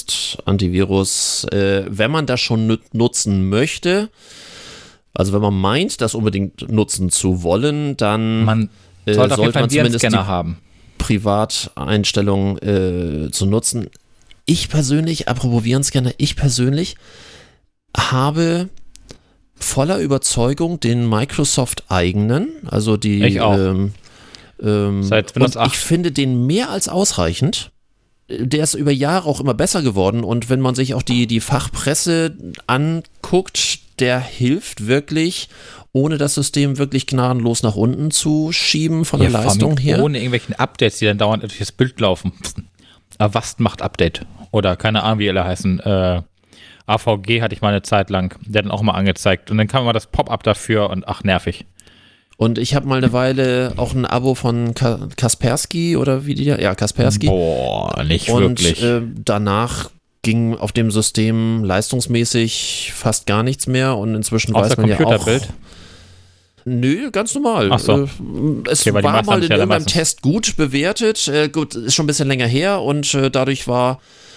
A: wenn man das schon nutzen möchte, also wenn man meint, das unbedingt nutzen zu wollen, dann
B: man sollte man zumindest die
A: haben. Privateinstellungen zu nutzen. Ich persönlich, apropos Virenscanner, habe voller Überzeugung den Microsoft-eigenen, also die
B: ich auch. Seit Windows 8.
A: Ich finde den mehr als ausreichend. Der ist über Jahre auch immer besser geworden und wenn man sich auch die Fachpresse anguckt, der hilft wirklich, ohne das System wirklich gnadenlos nach unten zu schieben von der Leistung her.
B: Ohne irgendwelchen Updates, die dann dauernd durch das Bild laufen. Avast macht Update. Oder keine Ahnung, wie alle heißen. AVG hatte ich mal eine Zeit lang. Der hat dann auch mal angezeigt. Und dann kam immer das Pop-up dafür und ach, nervig.
A: Und ich habe mal eine Weile auch ein Abo von Kaspersky oder wie die da? Ja, Kaspersky.
B: Boah, nicht
A: und,
B: wirklich.
A: Danach ging auf dem System leistungsmäßig fast gar nichts mehr und inzwischen weiß man ja auch. Nö, ganz normal.
B: Ach so.
A: Es war mal in irgendeinem Test gut bewertet. Gut, ist schon ein bisschen länger her und dadurch da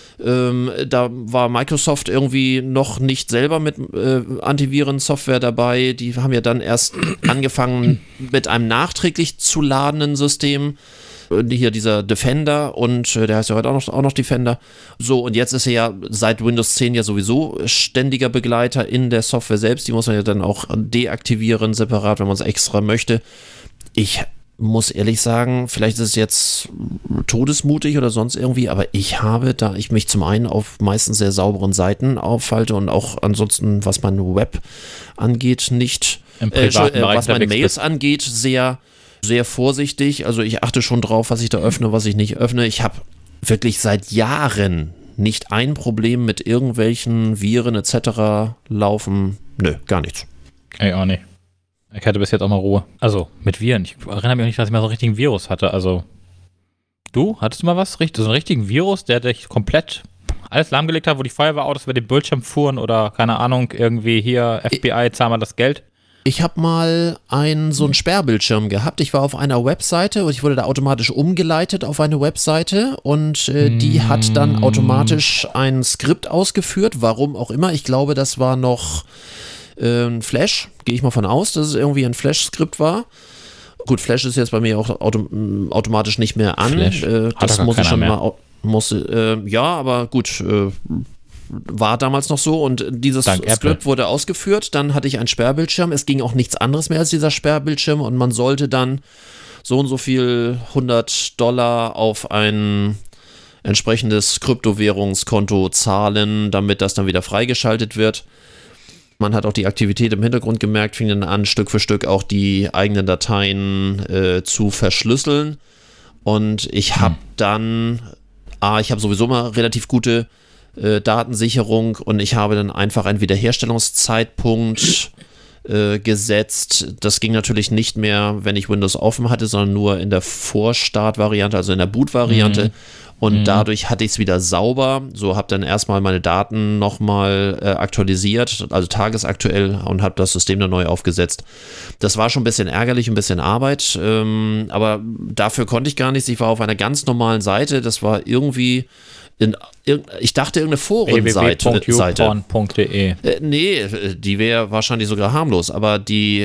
A: war Microsoft irgendwie noch nicht selber mit Antivirensoftware dabei. Die haben ja dann erst angefangen mit einem nachträglich zu ladenden System. Hier dieser Defender und der heißt ja heute auch noch Defender. So, und jetzt ist er ja seit Windows 10 ja sowieso ständiger Begleiter in der Software selbst. Die muss man ja dann auch deaktivieren, separat, wenn man es extra möchte. Ich muss ehrlich sagen, vielleicht ist es jetzt todesmutig oder sonst irgendwie, aber ich habe, da ich mich zum einen auf meistens sehr sauberen Seiten aufhalte und auch ansonsten, was mein Web angeht, nicht, was meine Mails angeht, sehr vorsichtig. Also ich achte schon drauf, was ich da öffne, was ich nicht öffne. Ich habe wirklich seit Jahren nicht ein Problem mit irgendwelchen Viren etc. laufen. Nö, gar nichts.
B: Ey, auch nicht. Ich hatte bis jetzt auch mal Ruhe. Also mit Viren. Ich erinnere mich auch nicht, dass ich mal so einen richtigen Virus hatte. Also du, hattest du mal was? So einen richtigen Virus, der dich komplett alles lahmgelegt hat, wo die Feuerwehrautos über den Bildschirm fuhren oder keine Ahnung, irgendwie hier FBI, zahl mal das Geld?
A: Ich habe mal so einen Sperrbildschirm gehabt. Ich war auf einer Webseite und ich wurde da automatisch umgeleitet auf eine Webseite und die hat dann automatisch ein Skript ausgeführt, warum auch immer. Ich glaube, das war noch Flash, gehe ich mal von aus, dass es irgendwie ein Flash-Skript war. Gut, Flash ist jetzt bei mir auch automatisch nicht mehr an. Das muss ich schon mal, ja, aber gut, war damals noch so und dieses Skript wurde ausgeführt, dann hatte ich einen Sperrbildschirm, es ging auch nichts anderes mehr als dieser Sperrbildschirm und man sollte dann so und so viel $100 auf ein entsprechendes Kryptowährungskonto zahlen, damit das dann wieder freigeschaltet wird. Man hat auch die Aktivität im Hintergrund gemerkt, fing dann an, Stück für Stück auch die eigenen Dateien zu verschlüsseln und ich habe dann, ich habe sowieso mal relativ gute Datensicherung und ich habe dann einfach einen Wiederherstellungszeitpunkt gesetzt. Das ging natürlich nicht mehr, wenn ich Windows offen hatte, sondern nur in der Vorstart-Variante, also in der Boot-Variante. Und dadurch hatte ich es wieder sauber. So habe dann erstmal meine Daten nochmal aktualisiert, also tagesaktuell und habe das System dann neu aufgesetzt. Das war schon ein bisschen ärgerlich, ein bisschen Arbeit, aber dafür konnte ich gar nichts. Ich war auf einer ganz normalen Seite. Das war irgendwie ich dachte irgendeine Forenseite.
B: www.youporn.de
A: Nee, die wäre wahrscheinlich sogar harmlos, aber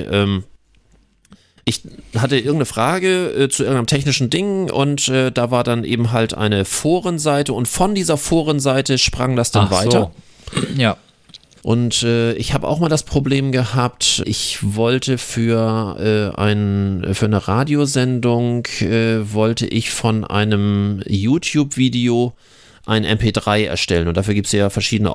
A: ich hatte irgendeine Frage zu irgendeinem technischen Ding und da war dann eben halt eine Forenseite und von dieser Forenseite sprang das dann weiter.
B: So. Ja.
A: Und ich habe auch mal das Problem gehabt, ich wollte für eine Radiosendung, wollte ich von einem YouTube-Video ein MP3 erstellen und dafür gibt es ja verschiedene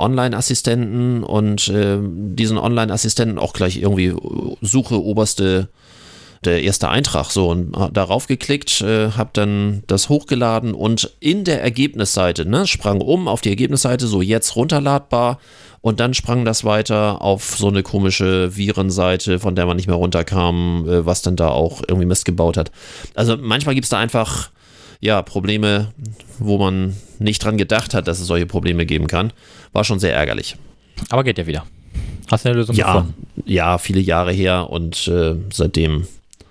A: Online-Assistenten und diesen Online-Assistenten auch gleich irgendwie Suche oberste der erste Eintrag, so, und darauf geklickt, habe dann das hochgeladen und in der Ergebnisseite, ne, sprang auf die Ergebnisseite, so jetzt runterladbar, und dann sprang das weiter auf so eine komische Virenseite, von der man nicht mehr runterkam, was dann da auch irgendwie Mist gebaut hat. Also manchmal gibt es da einfach, ja, Probleme, wo man nicht dran gedacht hat, dass es solche Probleme geben kann. War schon sehr ärgerlich.
B: Aber geht ja wieder. Hast du eine Lösung gefunden?
A: Ja, viele Jahre her und seitdem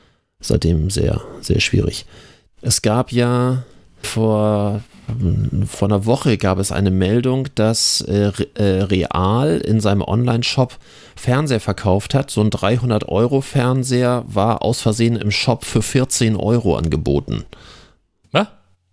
A: sehr, sehr schwierig. Es gab ja vor einer Woche gab es eine Meldung, dass Real in seinem Online-Shop Fernseher verkauft hat. So ein 300-Euro-Fernseher war aus Versehen im Shop für 14 Euro angeboten.
B: Was?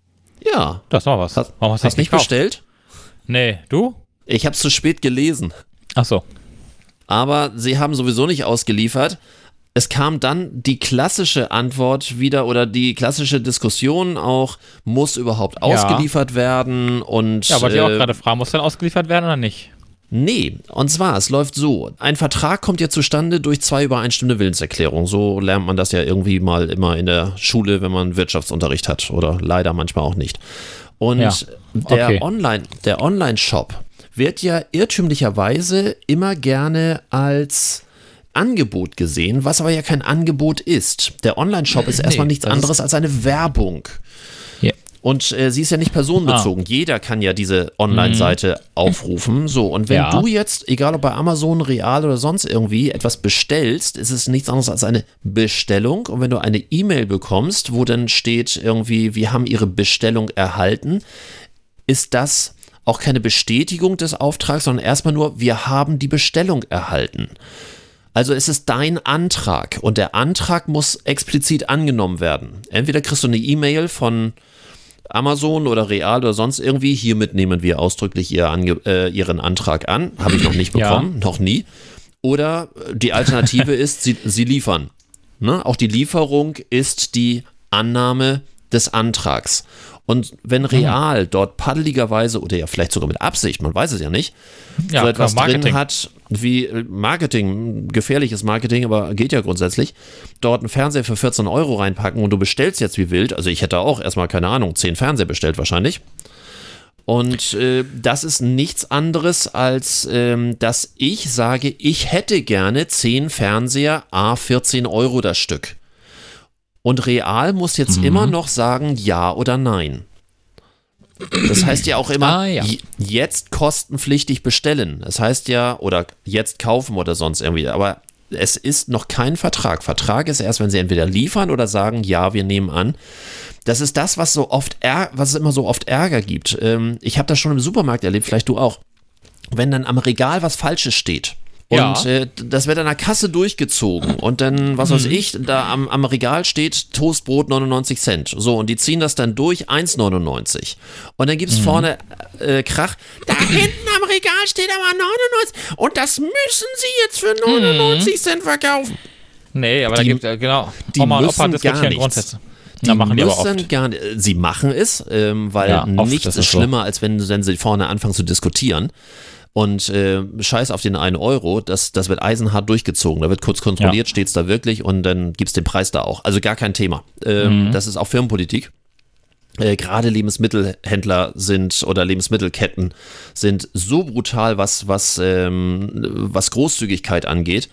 A: Ja.
B: Das war was.
A: Warum hast du nicht bestellt?
B: Nee, du?
A: Ich habe es zu spät gelesen.
B: Ach so.
A: Aber sie haben sowieso nicht ausgeliefert. Es kam dann die klassische Antwort wieder oder die klassische Diskussion auch, muss überhaupt ausgeliefert werden? Und,
B: ja, wollte ich auch gerade fragen, muss dann ausgeliefert werden oder nicht?
A: Nee, und zwar, es läuft so, ein Vertrag kommt ja zustande durch 2 übereinstimmende Willenserklärungen. So lernt man das ja irgendwie mal immer in der Schule, wenn man Wirtschaftsunterricht hat oder leider manchmal auch nicht. Und der Online-Shop wird ja irrtümlicherweise immer gerne als Angebot gesehen, was aber ja kein Angebot ist. Der Online-Shop ist erstmal nichts anderes als eine Werbung.
B: Yeah.
A: Und sie ist ja nicht personenbezogen. Jeder kann ja diese Online-Seite aufrufen. So, und wenn du jetzt, egal ob bei Amazon, Real oder sonst irgendwie, etwas bestellst, ist es nichts anderes als eine Bestellung. Und wenn du eine E-Mail bekommst, wo dann steht irgendwie, wir haben Ihre Bestellung erhalten, ist das auch keine Bestätigung des Auftrags, sondern erstmal nur, wir haben die Bestellung erhalten. Also es ist dein Antrag und der Antrag muss explizit angenommen werden. Entweder kriegst du eine E-Mail von Amazon oder Real oder sonst irgendwie, hiermit nehmen wir ausdrücklich Ihren Antrag an. Habe ich noch nicht bekommen, noch nie. Oder die Alternative ist, sie liefern. Ne? Auch die Lieferung ist die Annahme des Antrags. Und wenn Real dort paddeligerweise oder ja vielleicht sogar mit Absicht, man weiß es ja nicht, so etwas drin hat wie Marketing, gefährliches Marketing, aber geht ja grundsätzlich, dort einen Fernseher für 14 Euro reinpacken und du bestellst jetzt wie wild, also ich hätte auch erstmal, keine Ahnung, 10 Fernseher bestellt wahrscheinlich. Und das ist nichts anderes als, dass ich sage, ich hätte gerne 10 Fernseher, 14 Euro das Stück. Und Real muss jetzt immer noch sagen, ja oder nein. Das heißt ja auch immer, jetzt kostenpflichtig bestellen. Das heißt ja, oder jetzt kaufen oder sonst irgendwie. Aber es ist noch kein Vertrag. Vertrag ist erst, wenn sie entweder liefern oder sagen, ja, wir nehmen an. Das ist das, was es immer so oft Ärger gibt. Ich habe das schon im Supermarkt erlebt, vielleicht du auch. Wenn dann am Regal was Falsches steht. Und das wird an der Kasse durchgezogen und dann, was weiß ich, da am Regal steht Toastbrot 99 Cent. So, und die ziehen das dann durch, 1,99. Und dann gibt es vorne Krach. Da hinten am Regal steht aber 99 und das müssen sie jetzt für 99 Cent verkaufen.
B: Nee, aber da gibt es, genau.
A: Die Oma und Opa diskutieren
B: Grundsätze.
A: Die machen die aber oft. Sie machen es, weil nichts ist schlimmer, als wenn sie vorne anfangen zu diskutieren. Und scheiß auf den 1 Euro, das wird eisenhart durchgezogen. Da wird kurz kontrolliert, steht es da wirklich und dann gibt es den Preis da auch. Also gar kein Thema. Das ist auch Firmenpolitik. Gerade Lebensmittelhändler oder Lebensmittelketten sind so brutal, was Großzügigkeit angeht.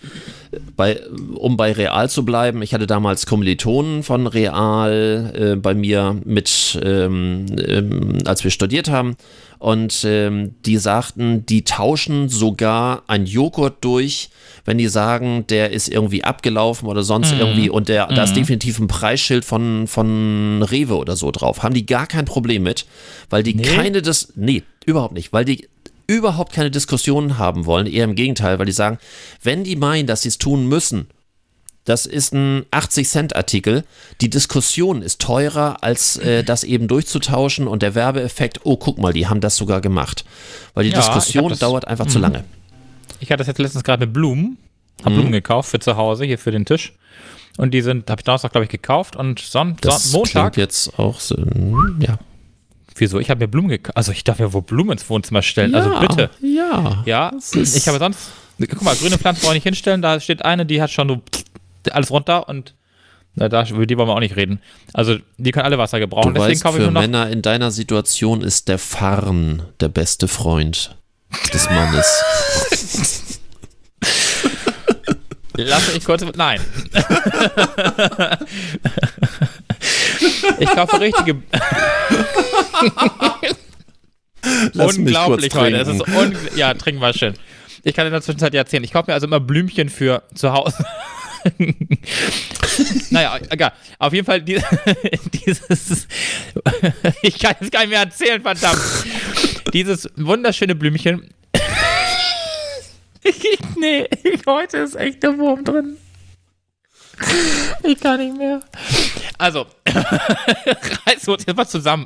A: Um bei Real zu bleiben, ich hatte damals Kommilitonen von Real bei mir mit, als wir studiert haben. Und die sagten, die tauschen sogar einen Joghurt durch, wenn die sagen, der ist irgendwie abgelaufen oder sonst irgendwie und da ist definitiv ein Preisschild von Rewe oder so drauf. Haben die gar kein Problem mit, weil die überhaupt nicht, weil die überhaupt keine Diskussionen haben wollen, eher im Gegenteil, weil die sagen, wenn die meinen, dass sie es tun müssen, das ist ein 80-Cent-Artikel. Die Diskussion ist teurer, als das eben durchzutauschen und der Werbeeffekt, oh, guck mal, die haben das sogar gemacht. Weil die Diskussion dauert einfach zu lange.
B: Ich hatte das jetzt letztens gerade mit Blumen. Habe Blumen gekauft für zu Hause, hier für den Tisch. Und die habe ich Donnerstag, glaube ich, gekauft. Und Montag.
A: Jetzt auch so, ja.
B: Wieso? Ich habe mir Blumen gekauft. Also ich darf ja wohl Blumen ins Wohnzimmer stellen.
A: Ja,
B: also bitte.
A: Ja.
B: Ja, ich habe sonst. Guck mal, grüne Pflanzen brauche ich nicht hinstellen. Da steht eine, die hat schon so alles runter und Über die wollen wir auch nicht reden. Also, die können alle Wasser gebrauchen.
A: Du
B: Deswegen
A: weißt,
B: kaufe ich
A: für
B: nur noch.
A: Männer in deiner Situation ist der Farn der beste Freund des Mannes.
B: Lass mich kurz. Nein. Ich kaufe richtige.
A: Lass
B: unglaublich
A: mich kurz
B: heute. Es ist ja, trinken wir schön. Ich kann in der Zwischenzeit ja erzählen. Ich kaufe mir also immer Blümchen für zu Hause. Naja, egal. Auf jeden Fall dieses. Ich kann es gar nicht mehr erzählen, verdammt. Dieses wunderschöne Blümchen. Nee, heute ist echt der Wurm drin. Ich kann nicht mehr. Also, reißen wir uns jetzt mal zusammen.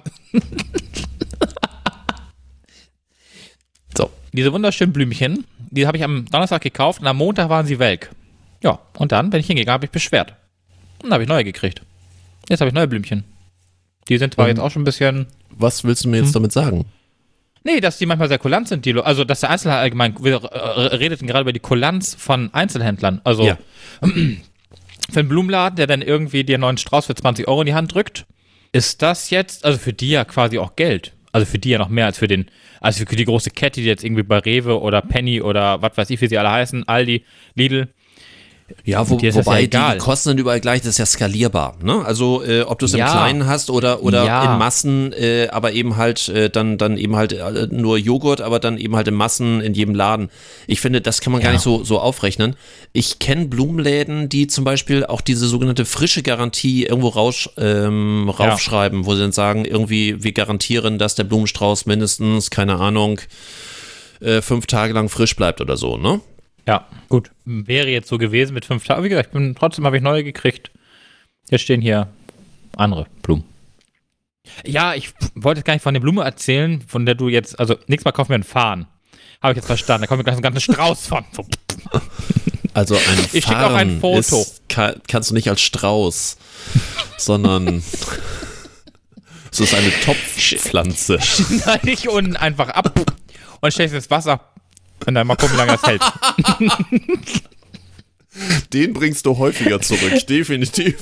B: So, diese wunderschönen Blümchen, die habe ich am Donnerstag gekauft und am Montag waren sie welk. Ja, und dann, wenn ich hingegangen habe, ich beschwert. Und dann habe ich neue gekriegt. Jetzt habe ich neue Blümchen. Die sind zwar jetzt auch schon ein bisschen...
A: Was willst du mir jetzt damit sagen?
B: Nee, dass die manchmal sehr kulant sind, also dass der Einzelhandel allgemein, wir redeten gerade über die Kulanz von Einzelhändlern. Also
A: Ja.
B: für einen Blumenladen, der dann irgendwie dir einen neuen Strauß für 20 € in die Hand drückt, ist das jetzt, also für die ja quasi auch Geld. Also für die ja noch mehr als für die große Kette, die jetzt irgendwie bei Rewe oder Penny oder was weiß ich, wie sie alle heißen, Aldi, Lidl.
A: Ja, wobei die Kosten sind überall gleich, das ist ja skalierbar, ne? Also ob du es im Kleinen hast oder in Massen, aber eben halt dann eben halt nur Joghurt, aber dann eben halt in Massen in jedem Laden. Ich finde, das kann man gar nicht so aufrechnen. Ich kenne Blumenläden, die zum Beispiel auch diese sogenannte frische Garantie irgendwo raufschreiben, wo sie dann sagen, irgendwie, wir garantieren, dass der Blumenstrauß mindestens, keine Ahnung, 5 Tage lang frisch bleibt oder so, ne?
B: Ja, gut. Wäre jetzt so gewesen mit 5 Tagen. Wie gesagt, trotzdem habe ich neue gekriegt. Jetzt stehen hier andere Blumen. Ja, ich wollte jetzt gar nicht von der Blume erzählen, von der du jetzt, also nächstes Mal kaufen wir einen Farn. Habe ich jetzt verstanden. Da kommt mir gleich einen ganzen Strauß von.
A: Also ein
B: Ich schicke auch ein Foto.
A: Kannst du nicht als Strauß, sondern es ist eine Topfpflanze.
B: Schneide ich unten einfach ab und stelle es ins Wasser. Und dann mal gucken, wie lange das hält.
A: Den bringst du häufiger zurück, definitiv.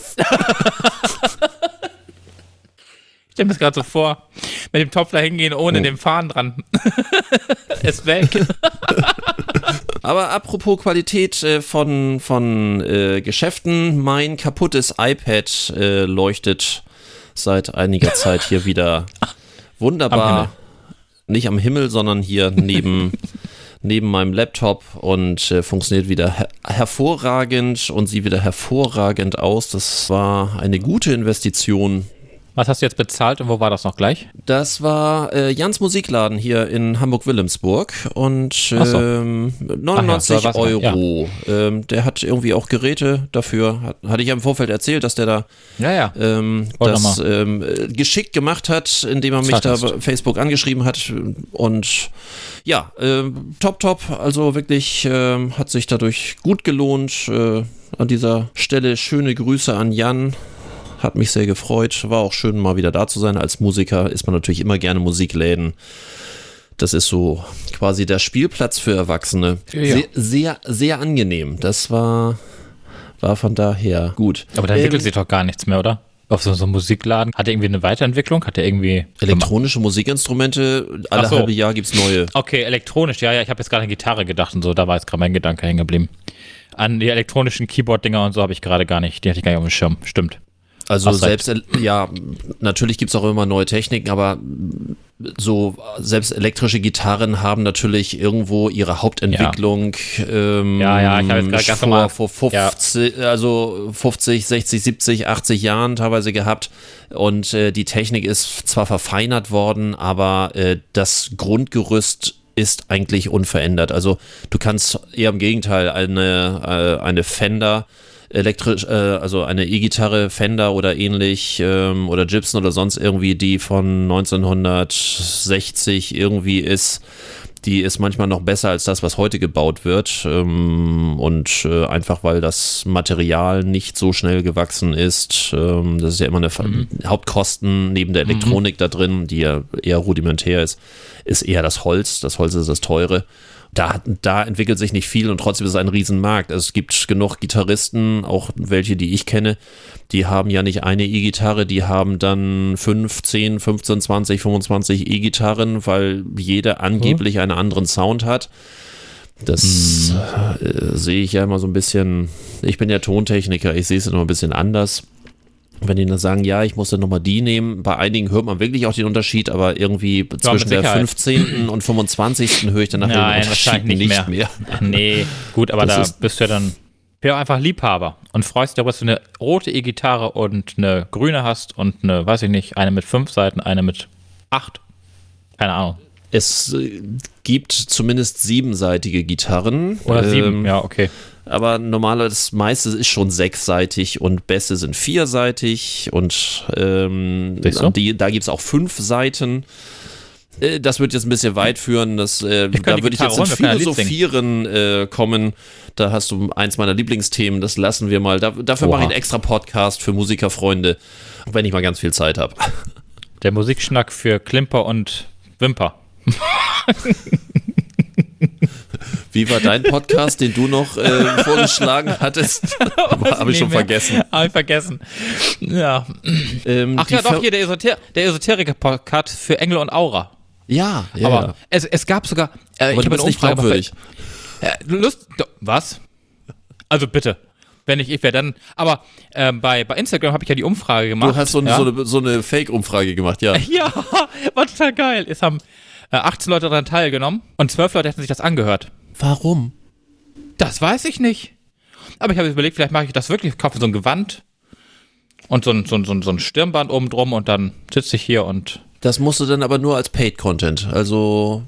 B: Ich stelle mir das gerade so vor, mit dem Topf da hingehen, ohne den Faden dran. Ist weg.
A: Aber apropos Qualität von Geschäften, mein kaputtes iPad leuchtet seit einiger Zeit hier wieder wunderbar. Nicht am Himmel, sondern hier neben meinem Laptop und funktioniert wieder hervorragend und sieht wieder hervorragend aus. Das war eine gute Investition.
B: Was hast du jetzt bezahlt und wo war das noch gleich?
A: Das war Jans Musikladen hier in Hamburg-Wilhelmsburg und 99 €. Ja. Der hat irgendwie auch Geräte dafür. Hatte ich ja im Vorfeld erzählt, dass der da das geschickt gemacht hat, indem er mich da bei Facebook angeschrieben hat. Und ja, top. Also wirklich hat sich dadurch gut gelohnt. An dieser Stelle schöne Grüße an Jan. Hat mich sehr gefreut. War auch schön, mal wieder da zu sein. Als Musiker ist man natürlich immer gerne Musikläden. Das ist so quasi der Spielplatz für Erwachsene. Ja. Sehr, sehr angenehm. Das war von daher gut.
B: Aber da entwickelt sich doch gar nichts mehr, oder? Auf so einem Musikladen. Hat er irgendwie eine Weiterentwicklung? Hat er irgendwie...
A: Elektronische Musikinstrumente, alle halbe Jahr gibt es neue.
B: Okay, elektronisch. Ja, ich habe jetzt gerade an Gitarre gedacht und so. Da war jetzt gerade mein Gedanke hängen geblieben. An die elektronischen Keyboard-Dinger und so habe ich gerade gar nicht. Die hatte ich gar nicht auf dem Schirm. Stimmt.
A: Also natürlich gibt es auch immer neue Techniken, aber so selbst elektrische Gitarren haben natürlich irgendwo ihre Hauptentwicklung
B: ich habe jetzt gerade
A: vor 50, 60, 70, 80 Jahren teilweise gehabt und die Technik ist zwar verfeinert worden, aber das Grundgerüst ist eigentlich unverändert. Also du kannst eher im Gegenteil eine Fender elektrisch, also eine E-Gitarre, Fender oder ähnlich oder Gibson oder sonst irgendwie, die von 1960 irgendwie ist, die ist manchmal noch besser als das, was heute gebaut wird. Und einfach, weil das Material nicht so schnell gewachsen ist. Das ist ja immer eine Hauptkosten neben der Elektronik da drin, die ja eher rudimentär ist eher das Holz. Das Holz ist das Teure. Da entwickelt sich nicht viel und trotzdem ist es ein Riesenmarkt. Also es gibt genug Gitarristen, auch welche, die ich kenne, die haben ja nicht eine E-Gitarre, die haben dann 5, 10, 15, 20, 25 E-Gitarren, weil jede angeblich einen anderen Sound hat. Das sehe ich ja immer so ein bisschen, ich bin ja Tontechniker, ich sehe es immer ein bisschen anders. Wenn die dann sagen, ja, ich muss dann nochmal die nehmen, bei einigen hört man wirklich auch den Unterschied, aber irgendwie zwischen der 15. und 25. höre ich dann nachher den Unterschied nicht mehr.
B: Nee, gut, aber da bist du ja dann einfach Liebhaber und freust dich, dass du eine rote E-Gitarre und eine grüne hast und eine, weiß ich nicht, eine mit 5 Seiten, eine mit 8. Keine Ahnung.
A: Es gibt zumindest 7-seitige Gitarren.
B: Oder 7, ja, okay.
A: Aber normalerweise das meiste ist schon 6-seitig und Bässe sind 4-seitig und da gibt es auch 5 Seiten. Das wird jetzt ein bisschen weit führen. Da würde ich jetzt ins Philosophieren kommen. Da hast du eins meiner Lieblingsthemen, das lassen wir mal. Dafür mache ich einen extra Podcast für Musikerfreunde, wenn ich mal ganz viel Zeit habe.
B: Der Musikschnack für Klimper und Wimper.
A: Wie war dein Podcast, den du noch vorgeschlagen hattest? Habe ich schon vergessen.
B: Habe ich vergessen. Ja. Ach ja, doch, hier der Esoteriker-Podcast für Engel und Aura.
A: Ja.
B: Aber es gab sogar...
A: aber du bist nicht glaubwürdig.
B: Was? Also bitte. Wenn nicht ich wäre, dann... Aber bei Instagram habe ich ja die Umfrage gemacht.
A: Du hast so eine Fake-Umfrage gemacht, ja.
B: Ja, war total geil. Es haben 18 Leute daran teilgenommen und 12 Leute hätten sich das angehört.
A: Warum?
B: Das weiß ich nicht. Aber ich habe überlegt, vielleicht mache ich das wirklich. Ich kaufe so ein Gewand und so ein Stirnband oben drum und dann sitze ich hier und...
A: Das musst du dann aber nur als Paid-Content. Also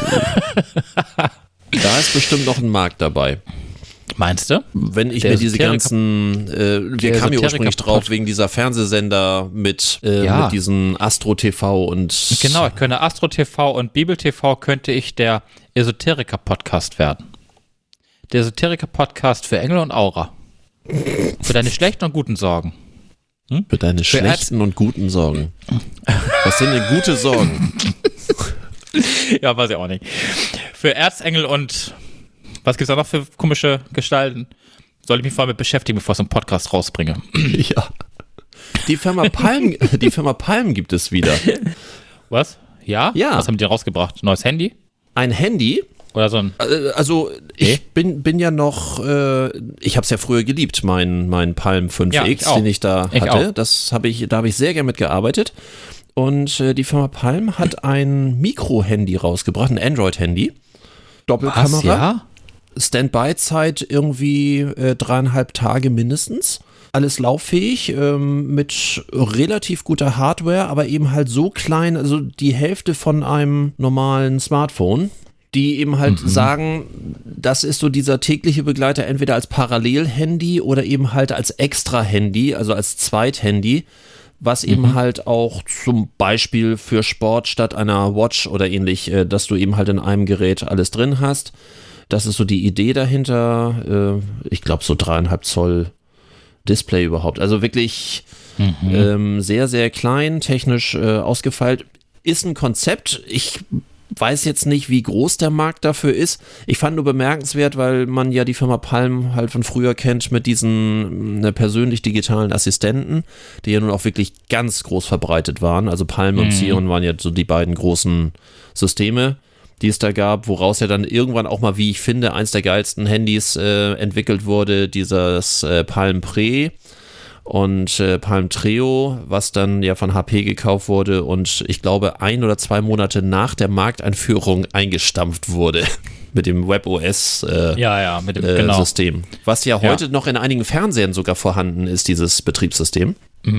A: da ist bestimmt noch ein Markt dabei.
B: Meinst du?
A: Wenn ich mir diese ganzen, wir kamen ja ursprünglich drauf wegen dieser Fernsehsender mit diesen Astro TV und...
B: Genau, ich könnte Astro TV und Bibel TV könnte ich der Esoteriker-Podcast werden. Der Esoteriker-Podcast für Engel und Aura. Für deine schlechten und guten Sorgen.
A: Für deine schlechten und guten Sorgen. Was sind denn gute Sorgen?
B: Ja, weiß ich auch nicht. Für Erzengel und... Was gibt es da noch für komische Gestalten? Soll ich mich vor mit beschäftigen, bevor ich so einen Podcast rausbringe?
A: Ja. Die Firma Palm gibt es wieder.
B: Was? Ja?
A: Ja.
B: Was haben die rausgebracht? Neues Handy?
A: Ein Handy?
B: Oder so ein...
A: Also, ich bin ja noch, ich habe es ja früher geliebt, mein Palm 5X, den ich da hatte. Da habe ich sehr gerne mitgearbeitet. Und die Firma Palm hat ein Mikro-Handy rausgebracht, ein Android-Handy. Doppelkamera.
B: Was, ja?
A: Standby-Zeit irgendwie 3,5 Tage mindestens. Alles lauffähig, mit relativ guter Hardware, aber eben halt so klein, also die Hälfte von einem normalen Smartphone, die eben halt sagen, das ist so dieser tägliche Begleiter, entweder als Parallelhandy oder eben halt als Extra-Handy, also als Zweithandy, was eben halt auch zum Beispiel für Sport statt einer Watch oder ähnlich, dass du eben halt in einem Gerät alles drin hast. Das ist so die Idee dahinter. Ich glaube so 3,5 Zoll Display überhaupt. Also wirklich sehr, sehr klein, technisch ausgefeilt. Ist ein Konzept. Ich weiß jetzt nicht, wie groß der Markt dafür ist. Ich fand nur bemerkenswert, weil man ja die Firma Palm halt von früher kennt mit diesen persönlich digitalen Assistenten, die ja nun auch wirklich ganz groß verbreitet waren. Also Palm und Xeon waren ja so die beiden großen Systeme, die es da gab, woraus ja dann irgendwann auch mal, wie ich finde, eins der geilsten Handys entwickelt wurde, dieses Palm Pre und Palm Treo, was dann ja von HP gekauft wurde und ich glaube 1 oder 2 Monate nach der Markteinführung eingestampft wurde mit dem WebOS
B: mit dem
A: System. Was ja heute noch in einigen Fernsehern sogar vorhanden ist, dieses Betriebssystem.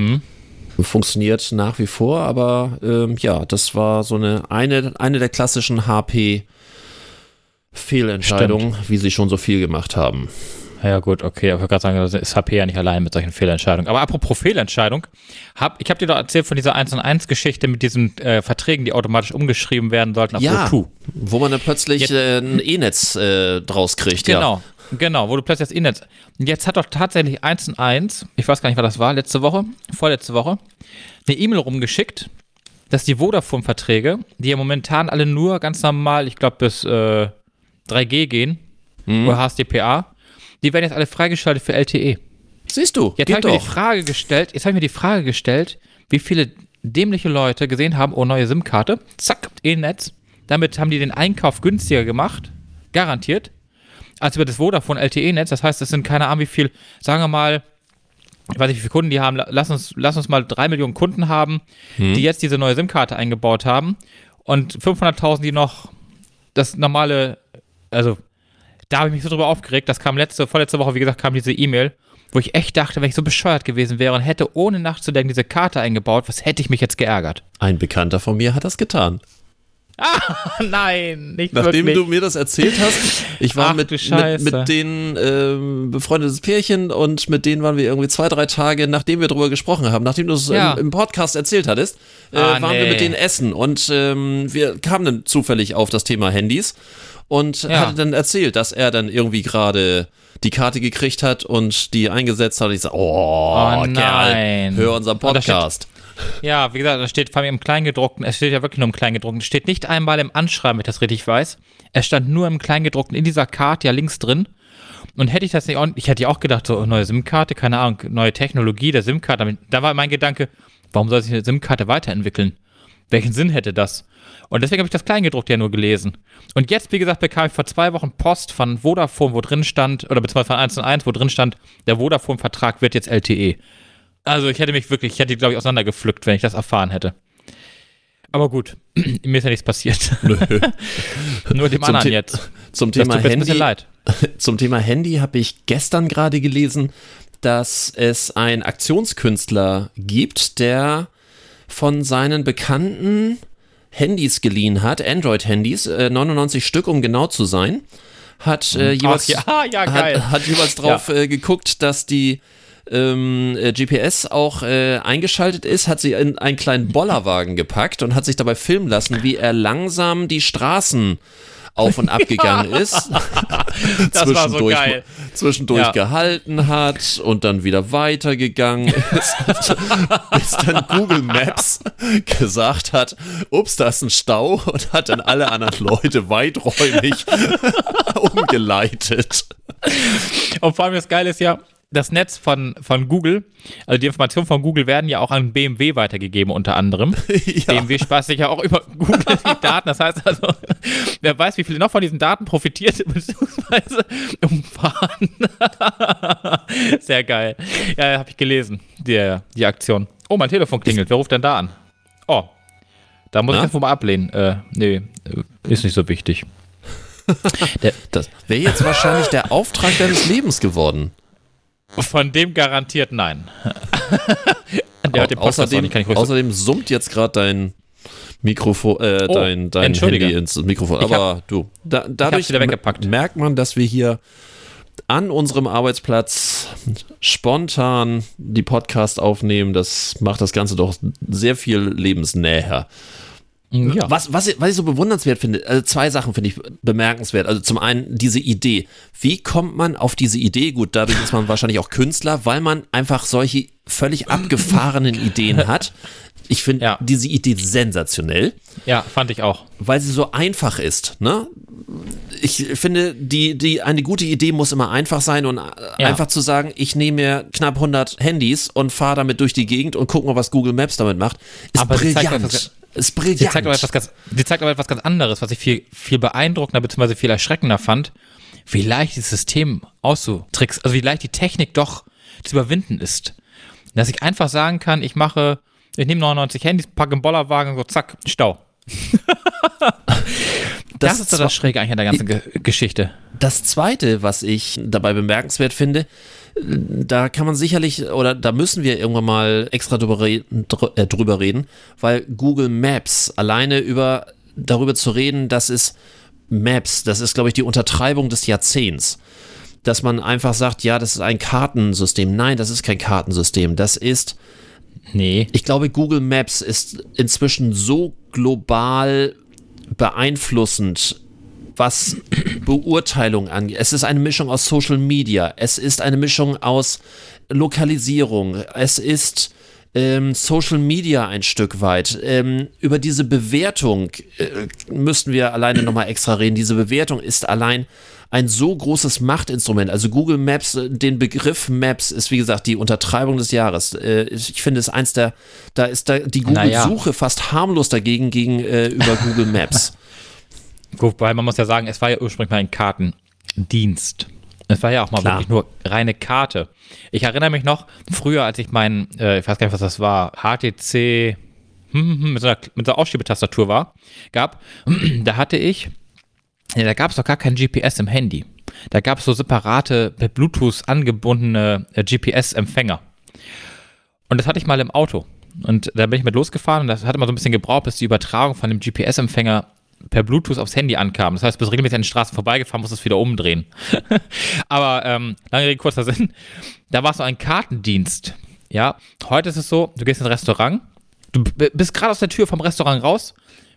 A: Funktioniert nach wie vor, aber das war so eine der klassischen HP-Fehlentscheidungen, wie sie schon so viel gemacht haben.
B: Ja gut, okay, aber ich wollte gerade sagen, das ist HP ja nicht allein mit solchen Fehlentscheidungen. Aber apropos Fehlentscheidung, ich habe dir doch erzählt von dieser 1&1-Geschichte mit diesen Verträgen, die automatisch umgeschrieben werden sollten auf O2.
A: Wo man dann plötzlich ein E-Netz draus kriegt.
B: Genau, wo du plötzlich das E-Netz. Jetzt hat doch tatsächlich 1&1, ich weiß gar nicht, was das war, vorletzte Woche, eine E-Mail rumgeschickt, dass die Vodafone-Verträge, die ja momentan alle nur ganz normal, ich glaube bis 3G gehen, oder HSDPA, die werden jetzt alle freigeschaltet für LTE.
A: Siehst du,
B: jetzt habe ich mir die Frage gestellt, wie viele dämliche Leute gesehen haben, neue SIM-Karte, zack, E-Netz. Damit haben die den Einkauf günstiger gemacht, garantiert, als über das Vodafone LTE-Netz. Das heißt, es sind keine Ahnung wie viel, sagen wir mal, ich weiß nicht, wie viele Kunden die haben, lass uns mal 3 Millionen Kunden haben, die jetzt diese neue SIM-Karte eingebaut haben und 500.000, die noch das normale, also da habe ich mich so drüber aufgeregt, das kam vorletzte Woche, wie gesagt, kam diese E-Mail, wo ich echt dachte, wenn ich so bescheuert gewesen wäre und hätte ohne nachzudenken diese Karte eingebaut, was hätte ich mich jetzt geärgert?
A: Ein Bekannter von mir hat das getan.
B: Nein, nicht
A: Nachdem
B: wirklich.
A: du mir das erzählt hast, ich war mit denen befreundetes Pärchen und mit denen waren wir irgendwie 2-3 Tage, nachdem wir drüber gesprochen haben, nachdem du es im Podcast erzählt hattest, waren wir mit denen essen und wir kamen dann zufällig auf das Thema Handys und hatte dann erzählt, dass er dann irgendwie gerade die Karte gekriegt hat und die eingesetzt hat und ich so, Kerl, hör unseren Podcast.
B: Ja, wie gesagt, das steht vor allem im Kleingedruckten, es steht ja wirklich nur im Kleingedruckten, es steht nicht einmal im Anschreiben, wenn ich das richtig weiß, es stand nur im Kleingedruckten in dieser Karte ja links drin und hätte ich das nicht, ich hätte ja auch gedacht, so neue SIM-Karte, keine Ahnung, neue Technologie der SIM-Karte, da war mein Gedanke, warum soll sich eine SIM-Karte weiterentwickeln? Welchen Sinn hätte das? Und deswegen habe ich das Kleingedruckte ja nur gelesen. Und jetzt, wie gesagt, bekam ich vor 2 Wochen Post von Vodafone, wo drin stand, oder beziehungsweise von 1&1, wo drin stand, der Vodafone-Vertrag wird jetzt LTE. Also ich hätte glaube ich, auseinandergepflückt, wenn ich das erfahren hätte. Aber gut, mir ist ja nichts passiert.
A: Nö.
B: Nur dem anderen jetzt.
A: Zum Thema
B: das tut mir
A: Handy.
B: Ein bisschen leid.
A: Zum Thema Handy habe ich gestern gerade gelesen, dass es einen Aktionskünstler gibt, der von seinen Bekannten Handys geliehen hat, Android-Handys, 99 Stück, um genau zu sein, hat jeweils drauf geguckt, dass die GPS auch eingeschaltet ist, hat sie in einen kleinen Bollerwagen gepackt und hat sich dabei filmen lassen, wie er langsam die Straßen auf und ab gegangen ist.
B: Das war so geil.
A: Zwischendurch gehalten hat und dann wieder weitergegangen ist, bis dann Google Maps gesagt hat, ups, da ist ein Stau und hat dann alle anderen Leute weiträumig umgeleitet.
B: Und vor allem das Geile ist ja, das Netz von Google, also die Informationen von Google werden ja auch an BMW weitergegeben unter anderem. Ja. BMW speist sich ja auch über Google die Daten. Das heißt also, wer weiß, wie viele noch von diesen Daten profitiert bzw. umfahren. Sehr geil. Ja, habe ich gelesen, die Aktion. Oh, mein Telefon klingelt. Wer ruft denn da an? Oh, da muss ich jetzt wohl mal ablehnen. Nee, ist nicht so wichtig.
A: Das wäre jetzt wahrscheinlich der Auftrag deines Lebens geworden.
B: Von dem garantiert nein.
A: Der hat den außerdem summt jetzt gerade dein Mikrofon, dein Handy ins Mikrofon. Aber dadurch merkt man, dass wir hier an unserem Arbeitsplatz spontan die Podcast aufnehmen. Das macht das Ganze doch sehr viel lebensnäher. Ja. Was ich so bewundernswert finde, also 2 Sachen finde ich bemerkenswert. Also zum einen diese Idee. Wie kommt man auf diese Idee? Gut, dadurch ist man wahrscheinlich auch Künstler, weil man einfach solche völlig abgefahrenen Ideen hat. Ich finde diese Idee sensationell.
B: Ja, fand ich auch.
A: Weil sie so einfach ist, ne? Ich finde, eine gute Idee muss immer einfach sein und einfach zu sagen, ich nehme mir knapp 100 Handys und fahre damit durch die Gegend und gucke mal, was Google Maps damit macht, ist brillant. Ist brillant.
B: Sie zeigt aber etwas ganz anderes, was ich viel beeindruckender bzw. viel erschreckender fand, wie leicht dieses System auszutricksen, also wie leicht die Technik doch zu überwinden ist. Dass ich einfach sagen kann, ich nehme 99 Handys, packe einen Bollerwagen, so zack, Stau. Das ist das Schräge eigentlich an der ganzen Geschichte.
A: Das Zweite, was ich dabei bemerkenswert finde, da kann man sicherlich, oder da müssen wir irgendwann mal extra drüber reden, weil Google Maps, alleine darüber zu reden, das ist, glaube ich, die Untertreibung des Jahrzehnts. dass man einfach sagt, ja, das ist ein Kartensystem. Nein, das ist kein Kartensystem. Das ist, ich glaube, Google Maps ist inzwischen so global beeinflussend, was Beurteilung angeht. Es ist eine Mischung aus Social Media, es ist eine Mischung aus Lokalisierung, es ist Social Media ein Stück weit. Über diese Bewertung müssten wir alleine nochmal extra reden. Diese Bewertung ist allein ein so großes Machtinstrument. Also Google Maps, den Begriff Maps ist, wie gesagt, die Untertreibung des Jahres. Ich finde es da ist die Google-Suche fast harmlos dagegen gegenüber Google Maps.
B: Wobei man muss ja sagen, es war ja ursprünglich mal ein Kartendienst. Es war ja auch mal wirklich nur reine Karte. Ich erinnere mich noch, früher, als ich ich weiß gar nicht, was das war, HTC mit so einer Ausschiebetastatur gab, da gab es noch gar kein GPS im Handy. Da gab es so separate, mit Bluetooth angebundene GPS-Empfänger. Und das hatte ich mal im Auto. Und da bin ich mit losgefahren und das hat immer so ein bisschen gebraucht, bis die Übertragung von dem GPS-Empfänger per Bluetooth aufs Handy ankam. Das heißt, bis regelmäßig an den Straßen vorbeigefahren, muss es wieder umdrehen. Aber lange Rede, kurzer Sinn, da war es so ein Kartendienst. Ja, heute ist es so, du gehst in ein Restaurant, du bist gerade aus der Tür vom Restaurant raus,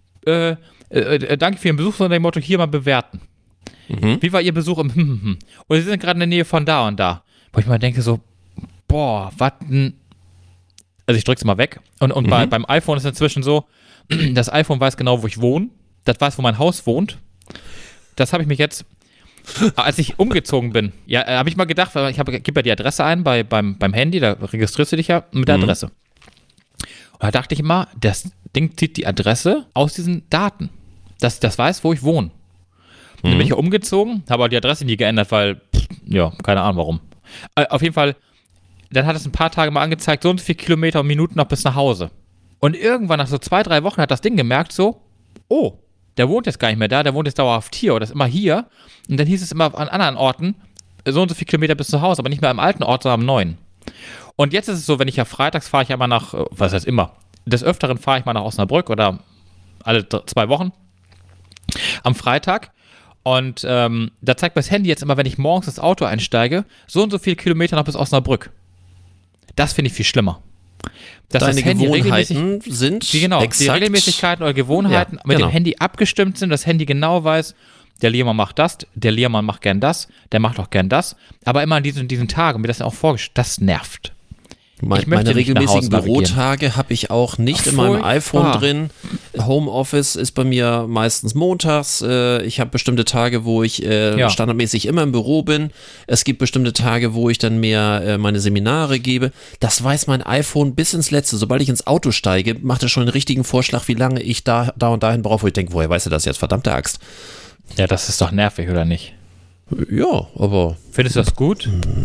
B: danke für Ihren Besuch, unter dem Motto, hier mal bewerten. Wie war Ihr Besuch im Und Sie sind gerade in der Nähe von da und da. Wo ich mal denke so, boah, was denn? Also ich drück's mal weg. Und beim iPhone ist es inzwischen so, das iPhone weiß genau, wo ich wohne. Das weiß, wo mein Haus wohnt. Das habe ich mich jetzt, als ich umgezogen bin, habe ich mal gedacht, weil gib ja die Adresse ein beim Handy, da registrierst du dich ja mit der Adresse. Und da dachte ich immer, das Ding zieht die Adresse aus diesen Daten. Das weiß, wo ich wohne. Und dann bin ich ja umgezogen, habe aber die Adresse nie geändert, weil, keine Ahnung warum. Auf jeden Fall, dann hat es ein paar Tage mal angezeigt, so und so viele Kilometer und Minuten noch bis nach Hause. Und irgendwann nach so 2-3 Wochen hat das Ding gemerkt so, oh, der wohnt jetzt gar nicht mehr da, der wohnt jetzt dauerhaft hier oder ist immer hier. Und dann hieß es immer an anderen Orten, so und so viele Kilometer bis zu Hause, aber nicht mehr am alten Ort, sondern am neuen. Und jetzt ist es so, wenn ich ja freitags fahre ich ja mal nach, was heißt immer, des Öfteren fahre ich mal nach Osnabrück oder alle 2 Wochen am Freitag. Und da zeigt mir das Handy jetzt immer, wenn ich morgens ins Auto einsteige, so und so viele Kilometer noch bis Osnabrück. Das finde ich viel schlimmer. Dass
A: Deine
B: das Handy
A: Gewohnheiten sind
B: die Regelmäßigkeiten oder Gewohnheiten mit dem Handy abgestimmt sind, das Handy genau weiß, der Lehrmann macht das, der Lehrmann macht gern das, der macht auch gern das, aber immer an diesen Tagen, mir das auch vorgestellt, das nervt.
A: Meine regelmäßigen Bürotage habe ich auch nicht in meinem iPhone drin. Homeoffice ist bei mir meistens montags. Ich habe bestimmte Tage, wo ich standardmäßig immer im Büro bin. Es gibt bestimmte Tage, wo ich dann mehr meine Seminare gebe. Das weiß mein iPhone bis ins Letzte. Sobald ich ins Auto steige, macht es schon einen richtigen Vorschlag, wie lange ich da und dahin brauche, wo ich denke, woher weißt du das jetzt? Verdammte Axt.
B: Ja, das ist doch nervig, oder nicht?
A: Ja, aber...
B: Findest du das gut?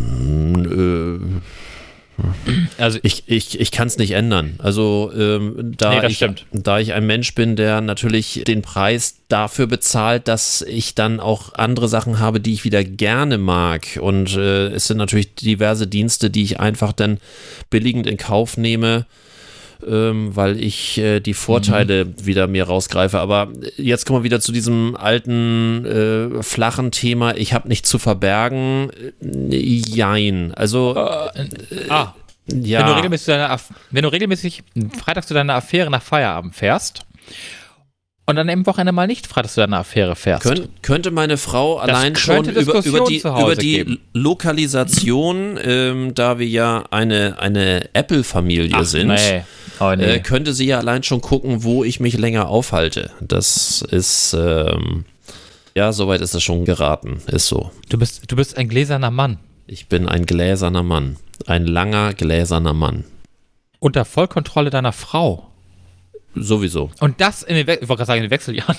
A: Also ich kann es nicht ändern. Also da ich ein Mensch bin, der natürlich den Preis dafür bezahlt, dass ich dann auch andere Sachen habe, die ich wieder gerne mag. Und es sind natürlich diverse Dienste, die ich einfach dann billigend in Kauf nehme, weil ich die Vorteile wieder mir rausgreife. Aber jetzt kommen wir wieder zu diesem alten, flachen Thema. Ich habe nichts zu verbergen. Jein. Also,
B: ja. Wenn du regelmäßig freitags zu deiner Affäre nach Feierabend fährst und dann im Wochenende mal nicht freitags zu deiner Affäre fährst.
A: Könnte meine Frau allein schon über die Lokalisation, da wir ja eine Apple-Familie sind, könnte sie ja allein schon gucken, wo ich mich länger aufhalte. Das ist, soweit ist das schon geraten. Ist so.
B: Du bist ein gläserner Mann.
A: Ich bin ein gläserner Mann. Ein langer, gläserner Mann.
B: Unter Vollkontrolle deiner Frau.
A: Sowieso.
B: Und das in den Wechseljahren.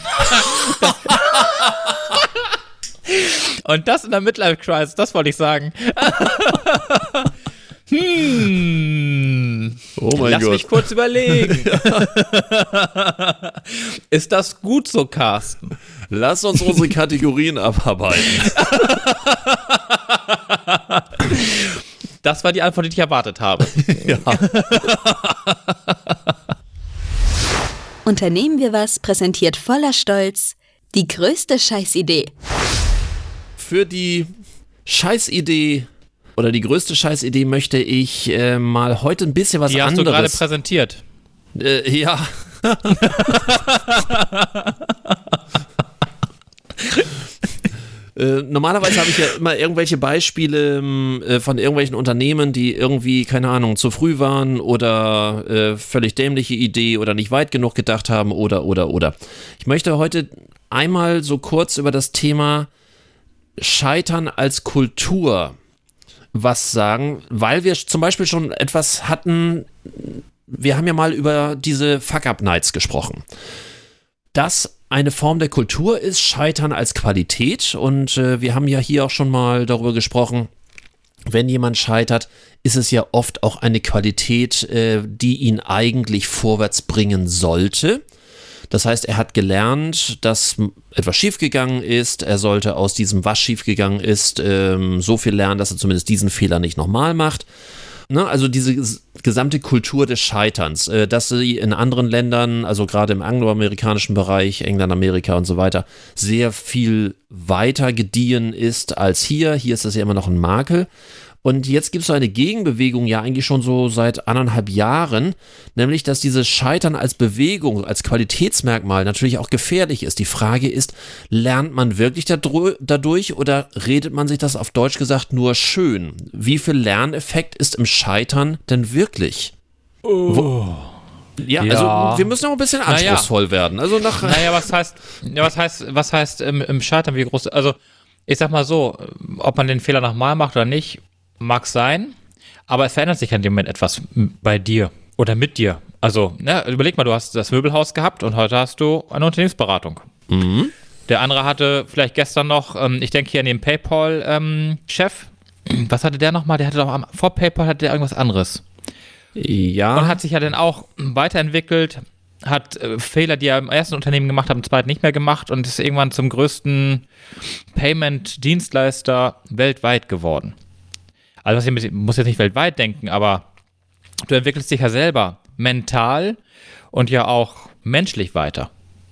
B: Und das in der Midlife-Crisis, das wollte ich sagen.
A: Oh mein
B: Lass
A: Gott.
B: mich kurz überlegen. Ist das gut so, Carsten?
A: Lass uns unsere Kategorien abarbeiten.
B: Das war die Antwort, die ich erwartet habe.
A: Ja.
C: Unternehmen wir was präsentiert voller Stolz die größte Scheißidee.
A: Für die Scheißidee oder die größte Scheißidee möchte ich mal heute ein bisschen was anderes.
B: Die hast du gerade präsentiert.
A: Ja. Normalerweise habe ich ja immer irgendwelche Beispiele von irgendwelchen Unternehmen, die irgendwie, keine Ahnung, zu früh waren oder völlig dämliche Idee oder nicht weit genug gedacht haben oder. Ich möchte heute einmal so kurz über das Thema Scheitern als Kultur was sagen, weil wir zum Beispiel schon etwas hatten, wir haben ja mal über diese Fuck-Up-Nights gesprochen. Das eine Form der Kultur ist, Scheitern als Qualität, und wir haben ja hier auch schon mal darüber gesprochen, wenn jemand scheitert, ist es ja oft auch eine Qualität, die ihn eigentlich vorwärts bringen sollte. Das heißt, er hat gelernt, dass etwas schiefgegangen ist, er sollte aus diesem, was schiefgegangen ist, so viel lernen, dass er zumindest diesen Fehler nicht nochmal macht. Ne, also diese gesamte Kultur des Scheiterns, dass sie in anderen Ländern, also gerade im angloamerikanischen Bereich, England, Amerika und so weiter, sehr viel weiter gediehen ist als hier. Hier ist das ja immer noch ein Makel. Und jetzt gibt es so eine Gegenbewegung ja eigentlich schon so seit 1,5 Jahren, nämlich, dass dieses Scheitern als Bewegung, als Qualitätsmerkmal natürlich auch gefährlich ist. Die Frage ist, lernt man wirklich dadurch oder redet man sich das auf Deutsch gesagt nur schön? Wie viel Lerneffekt ist im Scheitern denn wirklich? Ja, also wir müssen auch ein bisschen anspruchsvoll werden. Also
B: was heißt im Scheitern, wie groß, also ich sag mal so, ob man den Fehler nochmal macht oder nicht, mag sein, aber es verändert sich an dem Moment etwas bei dir oder mit dir. Also, überleg mal, du hast das Möbelhaus gehabt und heute hast du eine Unternehmensberatung. Mhm. Der andere hatte vielleicht gestern noch, ich denke hier an den PayPal-Chef, was hatte der nochmal? Der hatte doch vor PayPal hatte der irgendwas anderes.
A: Ja.
B: Und hat sich ja dann auch weiterentwickelt, hat Fehler, die er im ersten Unternehmen gemacht hat, im zweiten nicht mehr gemacht und ist irgendwann zum größten Payment-Dienstleister weltweit geworden. Also ich muss jetzt nicht weltweit denken, aber du entwickelst dich ja selber mental und ja auch menschlich weiter.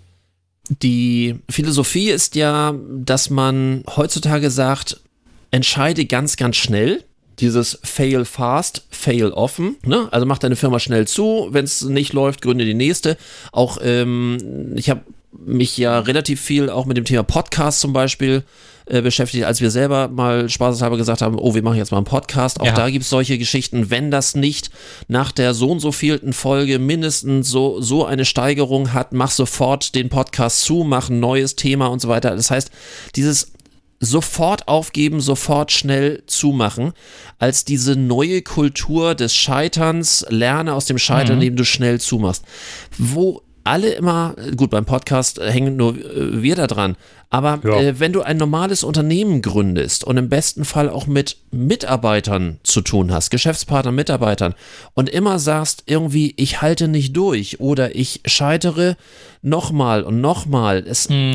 A: Die Philosophie ist ja, dass man heutzutage sagt, entscheide ganz, ganz schnell. Dieses Fail fast, fail often, ne? Also mach deine Firma schnell zu, wenn es nicht läuft, gründe die nächste. Auch ich habe mich ja relativ viel auch mit dem Thema Podcast zum Beispiel beschäftigt, als wir selber mal spaßeshalber gesagt haben, wir machen jetzt mal einen Podcast. Auch da gibt es solche Geschichten, wenn das nicht nach der so und so vielten Folge mindestens so eine Steigerung hat, mach sofort den Podcast zu, mach ein neues Thema und so weiter. Das heißt, dieses sofort aufgeben, sofort schnell zumachen, als diese neue Kultur des Scheiterns, lerne aus dem Scheitern, indem du schnell zumachst. Wo alle immer, gut, beim Podcast hängen nur wir da dran, aber wenn du ein normales Unternehmen gründest und im besten Fall auch mit Mitarbeitern zu tun hast, Geschäftspartnern, Mitarbeitern, und immer sagst irgendwie, ich halte nicht durch oder ich scheitere nochmal und nochmal,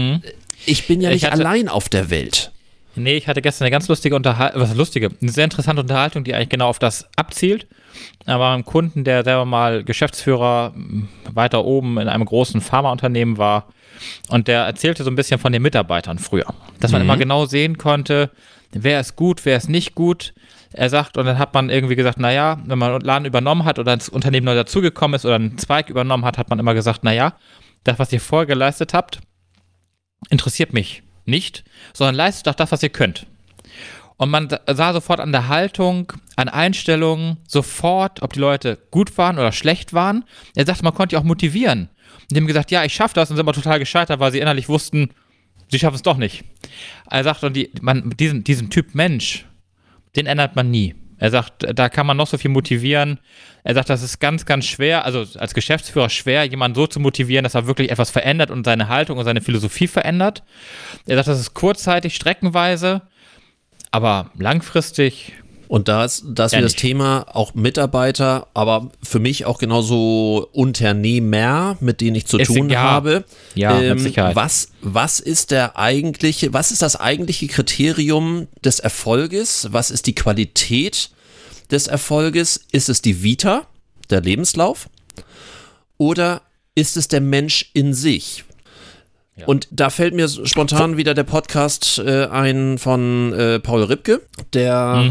A: ich bin ja nicht allein auf der Welt.
B: Nee, ich hatte gestern eine ganz lustige eine sehr interessante Unterhaltung, die eigentlich genau auf das abzielt. Aber ein Kunden, der selber mal Geschäftsführer weiter oben in einem großen Pharmaunternehmen war, und der erzählte so ein bisschen von den Mitarbeitern früher. Dass man immer genau sehen konnte, wer ist gut, wer ist nicht gut. Er sagt, und dann hat man irgendwie gesagt, naja, wenn man einen Laden übernommen hat oder ins Unternehmen neu dazugekommen ist oder einen Zweig übernommen hat, hat man immer gesagt, naja, das, was ihr vorher geleistet habt, interessiert mich nicht, sondern leistet doch das, was ihr könnt. Und man sah sofort an der Haltung, an Einstellungen, sofort, ob die Leute gut waren oder schlecht waren. Er sagte, man konnte die auch motivieren. Und die haben gesagt, ja, ich schaffe das, und sind aber total gescheitert, weil sie innerlich wussten, sie schaffen es doch nicht. Er sagt, und diesen Typ Mensch, den ändert man nie. Er sagt, da kann man noch so viel motivieren. Er sagt, das ist ganz, ganz schwer, also als Geschäftsführer schwer, jemanden so zu motivieren, dass er wirklich etwas verändert und seine Haltung und seine Philosophie verändert. Er sagt, das ist kurzzeitig, streckenweise, aber langfristig.
A: Und da ist wieder das Thema auch Mitarbeiter, aber für mich auch genauso Unternehmer, mit denen ich zu tun habe.
B: Ja, mit Sicherheit.
A: Was ist das eigentliche Kriterium des Erfolges? Was ist die Qualität des Erfolges? Ist es die Vita, der Lebenslauf? Oder ist es der Mensch in sich? Ja. Und da fällt mir spontan wieder der Podcast ein von Paul Ripke, der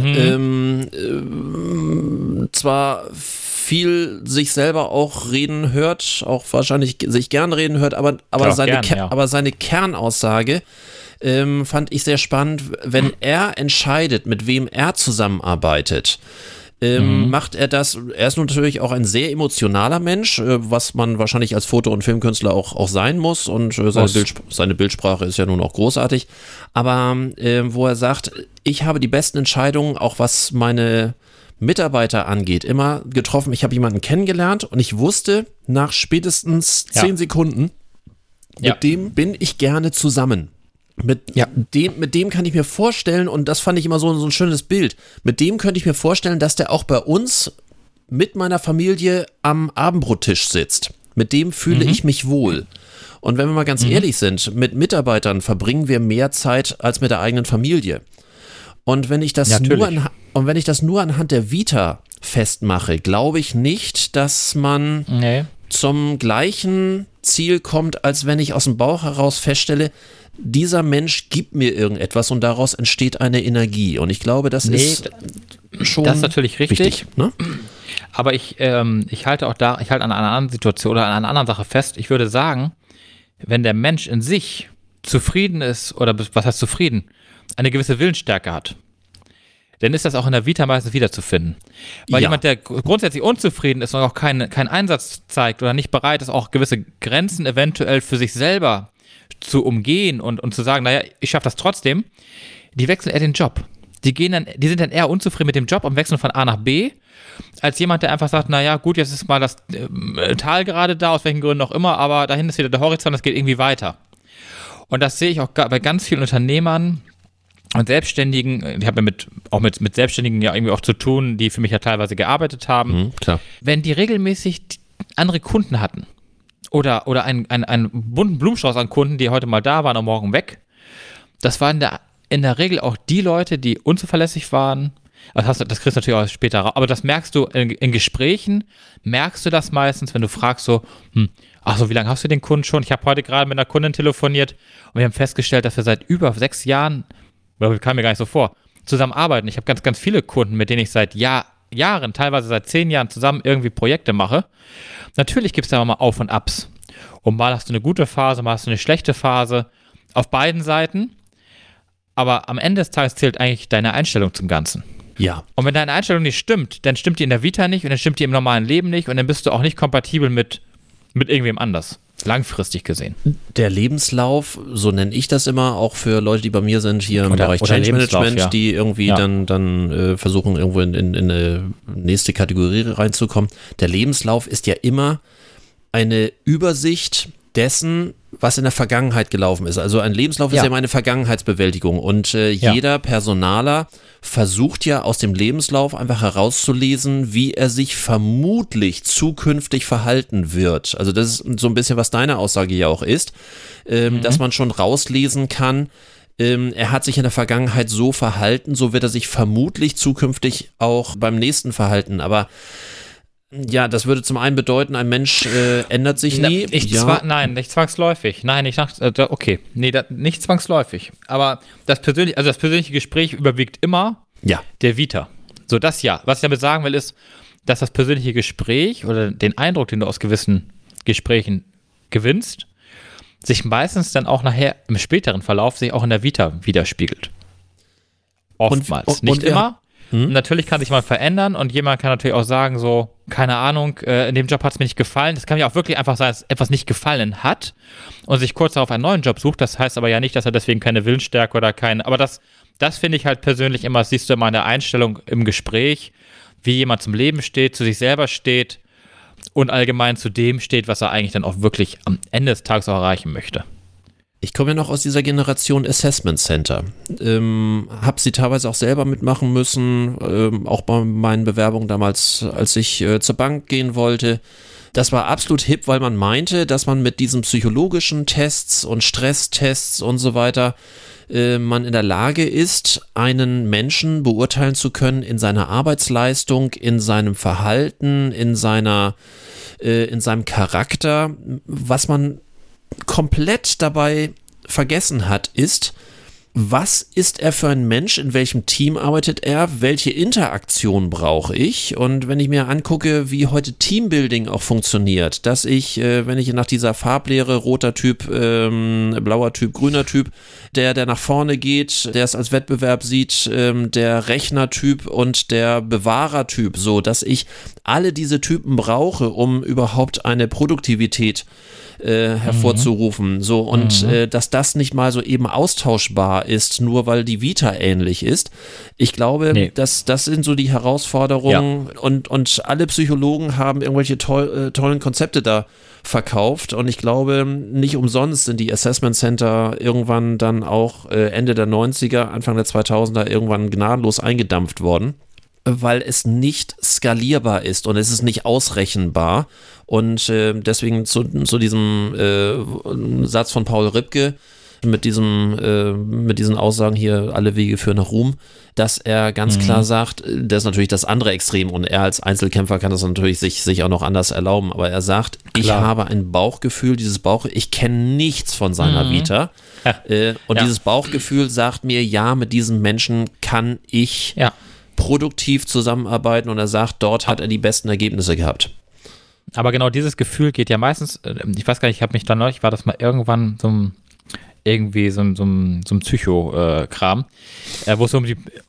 A: zwar viel sich selber auch reden hört, auch wahrscheinlich sich gern reden hört, aber seine Kernaussage fand ich sehr spannend. Wenn er entscheidet, mit wem er zusammenarbeitet, macht er das. Er ist natürlich auch ein sehr emotionaler Mensch, was man wahrscheinlich als Foto- und Filmkünstler auch sein muss, und seine Bildsprache ist ja nun auch großartig, aber wo er sagt, ich habe die besten Entscheidungen, auch was meine Mitarbeiter angeht, immer getroffen. Ich habe jemanden kennengelernt und ich wusste nach spätestens 10 Sekunden, mit dem bin ich gerne zusammen. Mit dem kann ich mir vorstellen, und das fand ich immer so ein schönes Bild, mit dem könnte ich mir vorstellen, dass der auch bei uns mit meiner Familie am Abendbrottisch sitzt. Mit dem fühle ich mich wohl. Und wenn wir mal ganz ehrlich sind, mit Mitarbeitern verbringen wir mehr Zeit als mit der eigenen Familie. Und wenn ich das nur anhand der Vita festmache, glaube ich nicht, dass man zum gleichen Ziel kommt, als wenn ich aus dem Bauch heraus feststelle, dieser Mensch gibt mir irgendetwas und daraus entsteht eine Energie. Und ich glaube, das ist schon
B: das ist natürlich richtig,
A: wichtig, ne?
B: Aber ich halte an einer anderen Situation oder an einer anderen Sache fest. Ich würde sagen, wenn der Mensch in sich zufrieden ist, oder was heißt zufrieden, eine gewisse Willensstärke hat, dann ist das auch in der Vita meistens wiederzufinden. Weil jemand, der grundsätzlich unzufrieden ist und auch keinen Einsatz zeigt oder nicht bereit ist, auch gewisse Grenzen eventuell für sich selber zu umgehen und zu sagen, naja, ich schaffe das trotzdem, die wechseln eher den Job. Die sind dann eher unzufrieden mit dem Job und wechseln von A nach B, als jemand, der einfach sagt, naja, gut, jetzt ist mal das Tal gerade da, aus welchen Gründen auch immer, aber dahin ist wieder der Horizont, das geht irgendwie weiter. Und das sehe ich auch bei ganz vielen Unternehmern und Selbstständigen. Ich habe ja mit Selbstständigen ja irgendwie auch zu tun, die für mich ja teilweise gearbeitet haben.
A: Klar.
B: Wenn die regelmäßig andere Kunden hatten oder einen bunten Blumenstrauß an Kunden, die heute mal da waren und morgen weg, das waren in der Regel auch die Leute, die unzuverlässig waren. Das kriegst du natürlich auch später raus. Aber das merkst du in Gesprächen, merkst du das meistens, wenn du fragst so, wie lange hast du den Kunden schon? Ich habe heute gerade mit einer Kundin telefoniert und wir haben festgestellt, dass wir seit über 6 Jahren, kam mir gar nicht so vor, zusammenarbeiten. Ich habe ganz, ganz viele Kunden, mit denen ich seit Jahren, teilweise seit 10 Jahren zusammen irgendwie Projekte mache. Natürlich gibt es da mal Auf und Abs. Und mal hast du eine gute Phase, mal hast du eine schlechte Phase. Auf beiden Seiten. Aber am Ende des Tages zählt eigentlich deine Einstellung zum Ganzen.
A: Ja.
B: Und wenn deine Einstellung nicht stimmt, dann stimmt die in der Vita nicht und dann stimmt die im normalen Leben nicht und dann bist du auch nicht kompatibel mit irgendwem anders. Langfristig gesehen.
A: Der Lebenslauf, so nenne ich das immer, auch für Leute, die bei mir sind, hier im Bereich Change Management, die irgendwie dann versuchen, irgendwo in eine nächste Kategorie reinzukommen. Der Lebenslauf ist ja immer eine Übersicht dessen, was in der Vergangenheit gelaufen ist. Also ein Lebenslauf ist ja immer eine Vergangenheitsbewältigung und jeder Personaler versucht ja aus dem Lebenslauf einfach herauszulesen, wie er sich vermutlich zukünftig verhalten wird. Also das ist so ein bisschen, was deine Aussage ja auch ist, dass man schon rauslesen kann, er hat sich in der Vergangenheit so verhalten, so wird er sich vermutlich zukünftig auch beim nächsten verhalten. Aber ja, das würde zum einen bedeuten, ein Mensch ändert sich nie.
B: Nicht zwangsläufig. Nicht zwangsläufig. Aber das persönliche Gespräch überwiegt immer der Vita. So, das ja. Was ich damit sagen will, ist, dass das persönliche Gespräch oder den Eindruck, den du aus gewissen Gesprächen gewinnst, sich meistens dann auch nachher im späteren Verlauf sich auch in der Vita widerspiegelt. Oftmals. Nicht immer. Natürlich kann sich mal verändern und jemand kann natürlich auch sagen, so, keine Ahnung, in dem Job hat es mir nicht gefallen. Das kann ja auch wirklich einfach sein, dass etwas nicht gefallen hat und sich kurz darauf einen neuen Job sucht. Das heißt aber ja nicht, dass er deswegen keine Willensstärke oder keine, aber das finde ich halt persönlich immer, das siehst du immer in der Einstellung im Gespräch, wie jemand zum Leben steht, zu sich selber steht und allgemein zu dem steht, was er eigentlich dann auch wirklich am Ende des Tages auch erreichen möchte.
A: Ich komme ja noch aus dieser Generation Assessment Center. Habe sie teilweise auch selber mitmachen müssen, auch bei meinen Bewerbungen damals, als ich zur Bank gehen wollte. Das war absolut hip, weil man meinte, dass man mit diesen psychologischen Tests und Stresstests und so weiter man in der Lage ist, einen Menschen beurteilen zu können in seiner Arbeitsleistung, in seinem Verhalten, in seinem Charakter, was man komplett dabei vergessen hat, ist, was ist er für ein Mensch, in welchem Team arbeitet er, welche Interaktion brauche ich, und wenn ich mir angucke, wie heute Teambuilding auch funktioniert, dass ich, wenn ich nach dieser Farblehre, roter Typ, blauer Typ, grüner Typ, der nach vorne geht, der es als Wettbewerb sieht, der Rechnertyp und der Bewahrertyp, so, dass ich alle diese Typen brauche, um überhaupt eine Produktivität hervorzurufen, so, und dass das nicht mal so eben austauschbar ist, nur weil die Vita ähnlich ist. Ich glaube, das sind so die Herausforderungen, und alle Psychologen haben irgendwelche tollen Konzepte da verkauft, und ich glaube, nicht umsonst sind die Assessment Center irgendwann dann auch Ende der 90er, Anfang der 2000er irgendwann gnadenlos eingedampft worden, weil es nicht skalierbar ist und es ist nicht ausrechenbar. Und deswegen zu diesem Satz von Paul Ripke mit diesen Aussagen hier, alle Wege führen nach Ruhm, dass er ganz klar sagt, das ist natürlich das andere Extrem, und er als Einzelkämpfer kann das natürlich sich auch noch anders erlauben, aber er sagt, ich habe ein Bauchgefühl, ich kenne nichts von seiner Vita, und dieses Bauchgefühl sagt mir, ja, mit diesem Menschen kann ich produktiv zusammenarbeiten, und er sagt, dort hat er die besten Ergebnisse gehabt.
B: Aber genau dieses Gefühl geht ja meistens, ich weiß gar nicht, war das mal irgendwann so ein Psycho-Kram, wo es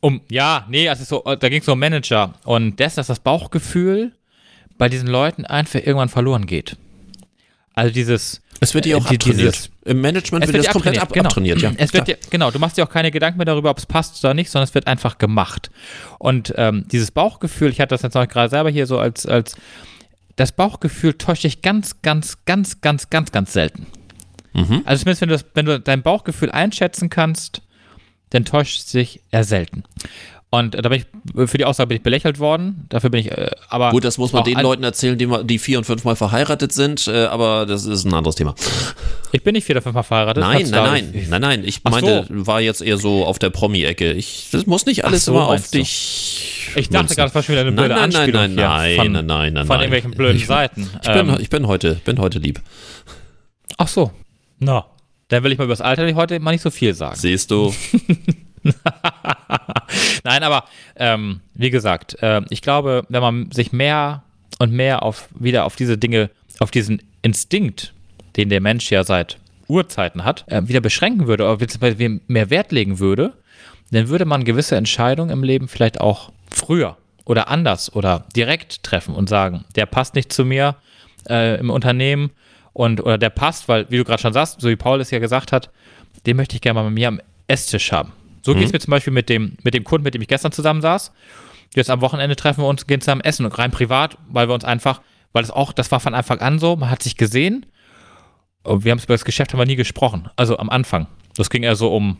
B: da ging es um Manager, und dass das Bauchgefühl bei diesen Leuten einfach irgendwann verloren geht. Also
A: es wird ja auch abtrainiert. Im Management wird das komplett abtrainiert. Ja.
B: Du machst dir auch keine Gedanken mehr darüber, ob es passt oder nicht, sondern es wird einfach gemacht. Und dieses Bauchgefühl, ich hatte das jetzt noch gerade selber hier so als das Bauchgefühl täuscht dich ganz, ganz, ganz, ganz, ganz, ganz selten. Also zumindest, wenn du dein Bauchgefühl einschätzen kannst, dann täuscht es dich eher selten. Und für die Aussage bin ich belächelt worden. Dafür bin ich, aber.
A: Gut, das muss man den Leuten erzählen, die 4- und 5-mal verheiratet sind, aber das ist ein anderes Thema.
B: Ich bin nicht 4- oder 5-mal verheiratet.
A: Nein. Ich meinte, war jetzt eher so auf der Promi-Ecke. Das muss nicht alles immer auf dich.
B: Ich dachte gerade, das war schon wieder eine blöde Anspielung
A: Nein.
B: Von irgendwelchen blöden Seiten.
A: Ich bin heute lieb.
B: Ach so. Na, dann will ich mal über das Alter heute mal nicht so viel sagen.
A: Siehst du.
B: Nein, aber wie gesagt, ich glaube, wenn man sich mehr und mehr wieder auf diese Dinge, auf diesen Instinkt, den der Mensch ja seit Urzeiten hat, wieder beschränken würde oder beziehungsweise mehr Wert legen würde, dann würde man gewisse Entscheidungen im Leben vielleicht auch früher oder anders oder direkt treffen und sagen, der passt nicht zu mir im Unternehmen oder der passt, weil, wie du gerade schon sagst, so wie Paul es ja gesagt hat, den möchte ich gerne mal bei mir am Esstisch haben. So geht es mir zum Beispiel mit dem Kunden, mit dem ich gestern zusammen saß. Jetzt am Wochenende treffen wir uns, gehen zusammen essen und rein privat, weil das war von Anfang an so, man hat sich gesehen und wir haben über das Geschäft haben wir nie gesprochen, also am Anfang. Das ging eher so um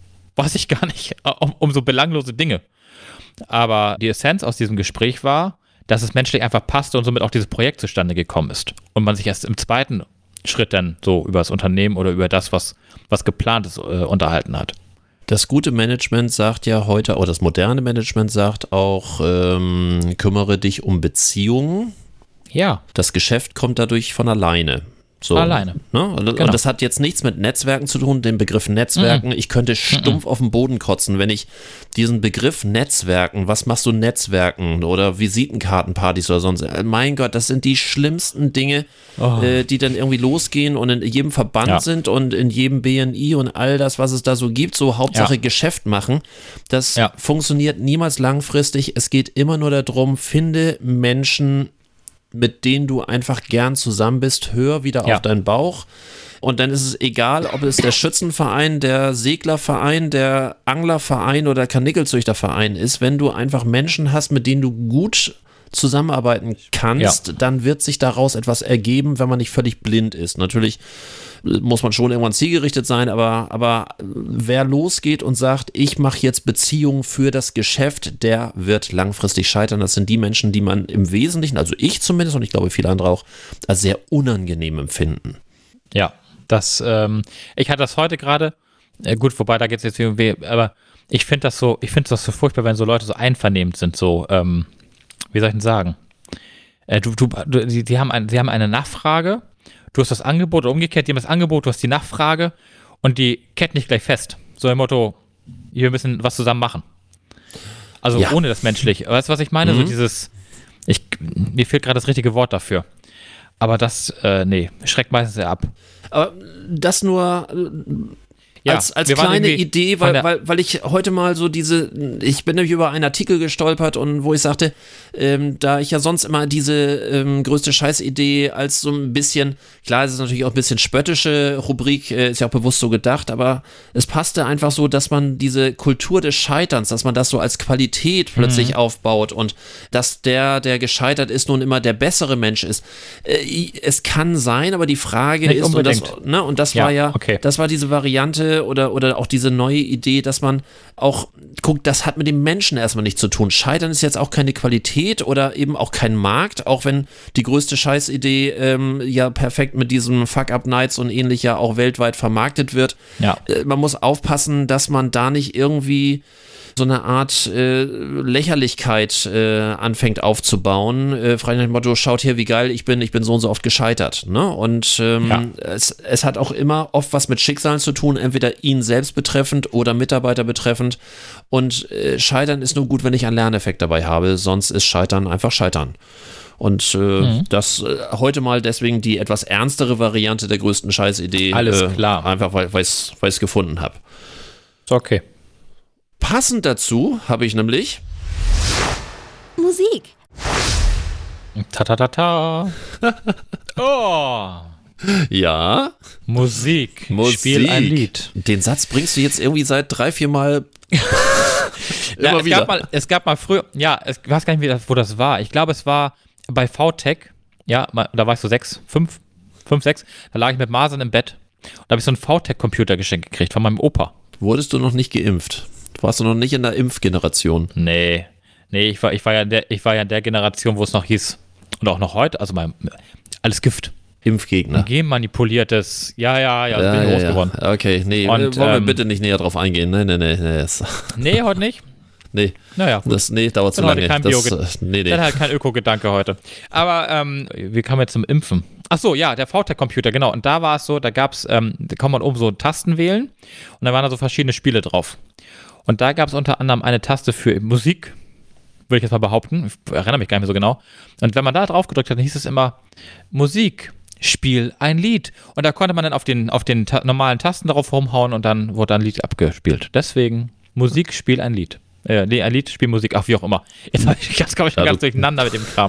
B: so belanglose Dinge. Aber die Essenz aus diesem Gespräch war, dass es menschlich einfach passte und somit auch dieses Projekt zustande gekommen ist. Und man sich erst im zweiten Schritt dann so über das Unternehmen oder über das, was geplant ist, unterhalten hat.
A: Das gute Management sagt ja heute, oder das moderne Management sagt auch, kümmere dich um Beziehungen.
B: Ja.
A: Das Geschäft kommt dadurch von alleine. So,
B: alleine.
A: Ne? Und das hat jetzt nichts mit Netzwerken zu tun, den Begriff Netzwerken. Ich könnte stumpf auf den Boden kotzen, wenn ich diesen Begriff Netzwerken, was machst du Netzwerken oder Visitenkartenpartys oder sonst, mein Gott, das sind die schlimmsten Dinge, die dann irgendwie losgehen und in jedem Verband sind und in jedem BNI und all das, was es da so gibt, so Hauptsache Geschäft machen. Das funktioniert niemals langfristig. Es geht immer nur darum, finde Menschen, mit denen du einfach gern zusammen bist, hör wieder auf deinen Bauch. Und dann ist es egal, ob es der Schützenverein, der Seglerverein, der Anglerverein oder der Karnickelzüchterverein ist. Wenn du einfach Menschen hast, mit denen du gut zusammenarbeiten kannst, dann wird sich daraus etwas ergeben, wenn man nicht völlig blind ist. Natürlich muss man schon irgendwann zielgerichtet sein, aber wer losgeht und sagt, ich mache jetzt Beziehungen für das Geschäft, der wird langfristig scheitern. Das sind die Menschen, die man im Wesentlichen, also ich zumindest und ich glaube viele andere auch, als sehr unangenehm empfinden.
B: Ja, ich hatte das heute gerade, gut, wobei da geht es jetzt irgendwie, aber ich finde das so furchtbar, wenn so Leute so einvernehmend sind, so, wie soll ich denn sagen? Sie haben eine Nachfrage, Du hast das Angebot oder umgekehrt, jemand das Angebot, du hast die Nachfrage und die ketten nicht gleich fest. So im Motto, wir müssen was zusammen machen. Also ohne das menschlich. Weißt du, was ich meine? So dieses, mir fehlt gerade das richtige Wort dafür. Aber das, schreckt meistens sehr ab.
A: Aber das nur als kleine Idee, weil ich heute mal so ich bin nämlich über einen Artikel gestolpert und wo ich sagte, da ich ja sonst immer diese größte Scheißidee als so ein bisschen, klar, es ist natürlich auch ein bisschen spöttische Rubrik, ist ja auch bewusst so gedacht, aber es passte einfach so, dass man diese Kultur des Scheiterns, dass man das so als Qualität plötzlich aufbaut und dass der gescheitert ist, nun immer der bessere Mensch ist. Es kann sein, aber die Frage
B: nicht
A: ist, und das war das war diese Variante oder auch diese neue Idee, dass man auch guckt, das hat mit dem Menschen erstmal nichts zu tun. Scheitern ist jetzt auch keine Qualität oder eben auch kein Markt, auch wenn die größte Scheißidee ja perfekt mit diesen Fuck-Up-Nights und ähnlich ja auch weltweit vermarktet wird.
B: Ja.
A: Man muss aufpassen, dass man da nicht irgendwie so eine Art Lächerlichkeit anfängt aufzubauen. Frei nach dem Motto, schaut her, wie geil ich bin so und so oft gescheitert. Ne? Und es hat auch immer oft was mit Schicksalen zu tun, entweder ihn selbst betreffend oder Mitarbeiter betreffend. Und Scheitern ist nur gut, wenn ich einen Lerneffekt dabei habe, sonst ist Scheitern einfach Scheitern. Und das heute mal deswegen die etwas ernstere Variante der größten Scheißidee.
B: Alles klar.
A: Einfach, weil ich es gefunden habe.
B: Ist okay.
A: Passend dazu habe ich nämlich
C: Musik.
B: Ta-ta-ta-ta. Oh.
A: Ja.
B: Musik. Spiel ein Lied.
A: Den Satz bringst du jetzt irgendwie seit 3-4 Mal immer wieder.
B: Es gab mal früher, ich weiß gar nicht, wo das war. Ich glaube, es war bei VTech. Ja, da war ich so 6, 5, 6. Da lag ich mit Masern im Bett. Und da habe ich so einen VTech-Computer geschenkt gekriegt von meinem Opa.
A: Wurdest du noch nicht geimpft? Warst du noch nicht in der Impfgeneration?
B: Nee, ich war ja in der Generation, wo es noch hieß, und auch noch heute, also alles Gift.
A: Impfgegner.
B: Genmanipuliertes, bin ich groß geworden.
A: Okay, nee, wollen wir bitte nicht näher drauf eingehen. Nee.
B: Nee, heute nicht?
A: Nee.
B: Naja, gut.
A: Das dauert zu lange.
B: Dann halt kein Öko-Gedanke heute. Aber wir kamen jetzt zum Impfen. Ach so, ja, der VTech-Computer, genau. Und da war es so, da gab's, da kann man oben so Tasten wählen und da waren da so verschiedene Spiele drauf. Und da gab es unter anderem eine Taste für Musik, würde ich jetzt mal behaupten. Ich erinnere mich gar nicht mehr so genau. Und wenn man da drauf gedrückt hat, dann hieß es immer Musik, Spiel ein Lied. Und da konnte man dann auf den normalen Tasten drauf rumhauen und dann wurde ein Lied abgespielt. Deswegen Musik, Spiel ein Lied. Ein Lied, Spiel Musik, ach wie auch immer. Jetzt komme ich ganz durcheinander mit dem Kram.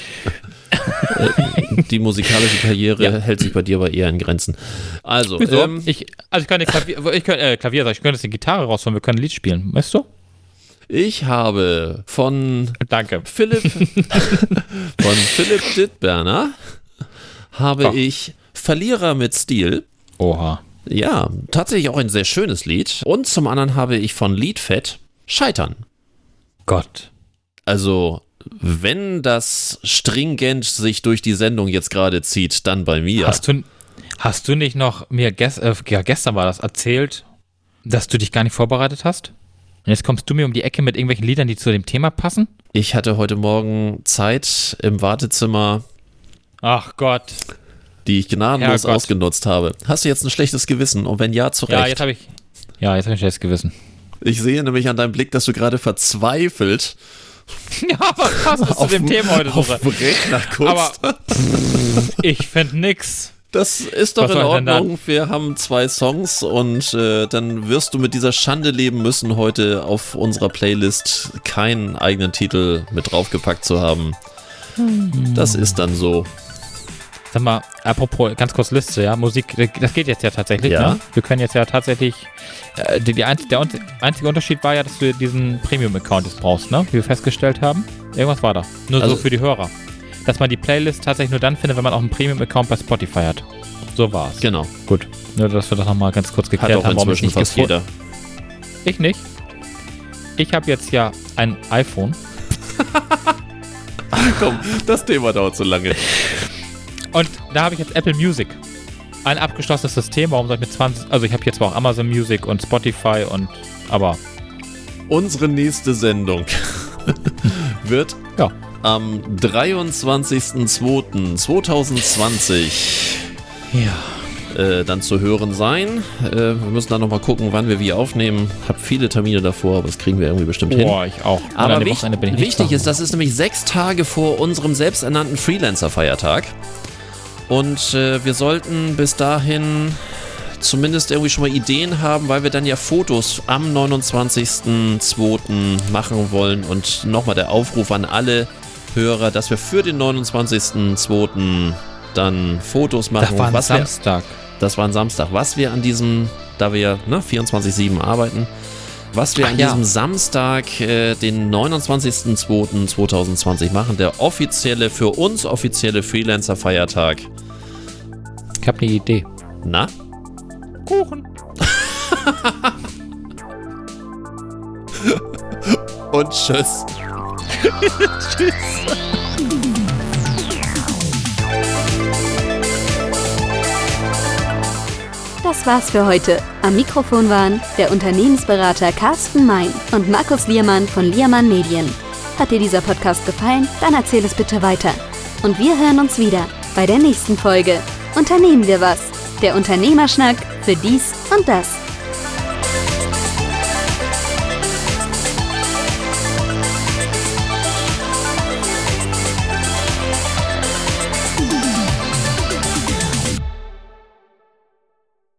A: Die musikalische Karriere hält sich bei dir aber eher in Grenzen. Also,
B: ich könnte Klavier, ich könnte jetzt die Gitarre rausholen, wir können ein Lied spielen, weißt du?
A: Ich habe von Philipp Dittberner ich Verlierer mit Stil.
B: Oha.
A: Ja, tatsächlich auch ein sehr schönes Lied. Und zum anderen habe ich von Liedfett Scheitern.
B: Gott.
A: Also, wenn das stringent sich durch die Sendung jetzt gerade zieht, dann bei mir.
B: Hast du nicht noch mir gestern war das erzählt, dass du dich gar nicht vorbereitet hast? Und jetzt kommst du mir um die Ecke mit irgendwelchen Liedern, die zu dem Thema passen?
A: Ich hatte heute Morgen Zeit im Wartezimmer.
B: Ach Gott.
A: Die ich gnadenlos ausgenutzt habe. Hast du jetzt ein schlechtes Gewissen? Und wenn ja, zu Recht.
B: Ja, jetzt habe ich ein schlechtes Gewissen.
A: Ich sehe nämlich an deinem Blick, dass du gerade verzweifelt
B: ja, was passt zu dem Thema heute so?
A: Auf Rechner guckst.
B: Aber ich finde nix.
A: Das ist doch in Ordnung. Wir haben 2 Songs und dann wirst du mit dieser Schande leben müssen, heute auf unserer Playlist keinen eigenen Titel mit draufgepackt zu haben. Das ist dann so.
B: Sag mal, apropos, ganz kurz Liste, ja, Musik, das geht jetzt ja tatsächlich,
A: ja.
B: Ne? Wir können jetzt ja tatsächlich, der einzige Unterschied war ja, dass du diesen Premium-Account jetzt brauchst, ne? Wie wir festgestellt haben. Irgendwas war da. Nur also, so für die Hörer. Dass man die Playlist tatsächlich nur dann findet, wenn man auch einen Premium-Account bei Spotify hat. So war's.
A: Genau.
B: Gut. Nur, dass wir das nochmal ganz kurz geklärt haben,
A: warum ich nicht fast jeder.
B: Ich nicht. Ich habe jetzt ja ein iPhone.
A: Komm, das Thema dauert so lange.
B: Und da habe ich jetzt Apple Music. Ein abgeschlossenes System. Warum soll ich mit 20... Also ich habe hier zwar auch Amazon Music und Spotify aber...
A: Unsere nächste Sendung wird am 23.02.2020 dann zu hören sein. Wir müssen dann nochmal gucken, wann wir wie aufnehmen. Hab viele Termine davor, aber das kriegen wir irgendwie bestimmt hin.
B: Boah, ich auch.
A: Aber wichtig ist, das ist nämlich 6 Tage vor unserem selbsternannten Freelancer-Feiertag. Und wir sollten bis dahin zumindest irgendwie schon mal Ideen haben, weil wir dann ja Fotos am 29.02. machen wollen. Und nochmal der Aufruf an alle Hörer, dass wir für den 29.02. dann Fotos machen.
B: Das war ein Samstag.
A: Das war ein Samstag. Was wir an diesem, da wir 24/7 arbeiten, was wir an diesem Samstag, den 29.02.2020 machen, der für uns offizielle Freelancer-Feiertag.
B: Ich habe eine Idee.
A: Na?
B: Kuchen.
A: Und tschüss.
C: Tschüss. Das war's für heute. Am Mikrofon waren der Unternehmensberater Carsten Mein und Markus Liermann von Liermann Medien. Hat dir dieser Podcast gefallen? Dann erzähl es bitte weiter. Und wir hören uns wieder bei der nächsten Folge. Unternehmen wir was. Der Unternehmerschnack für dies und das.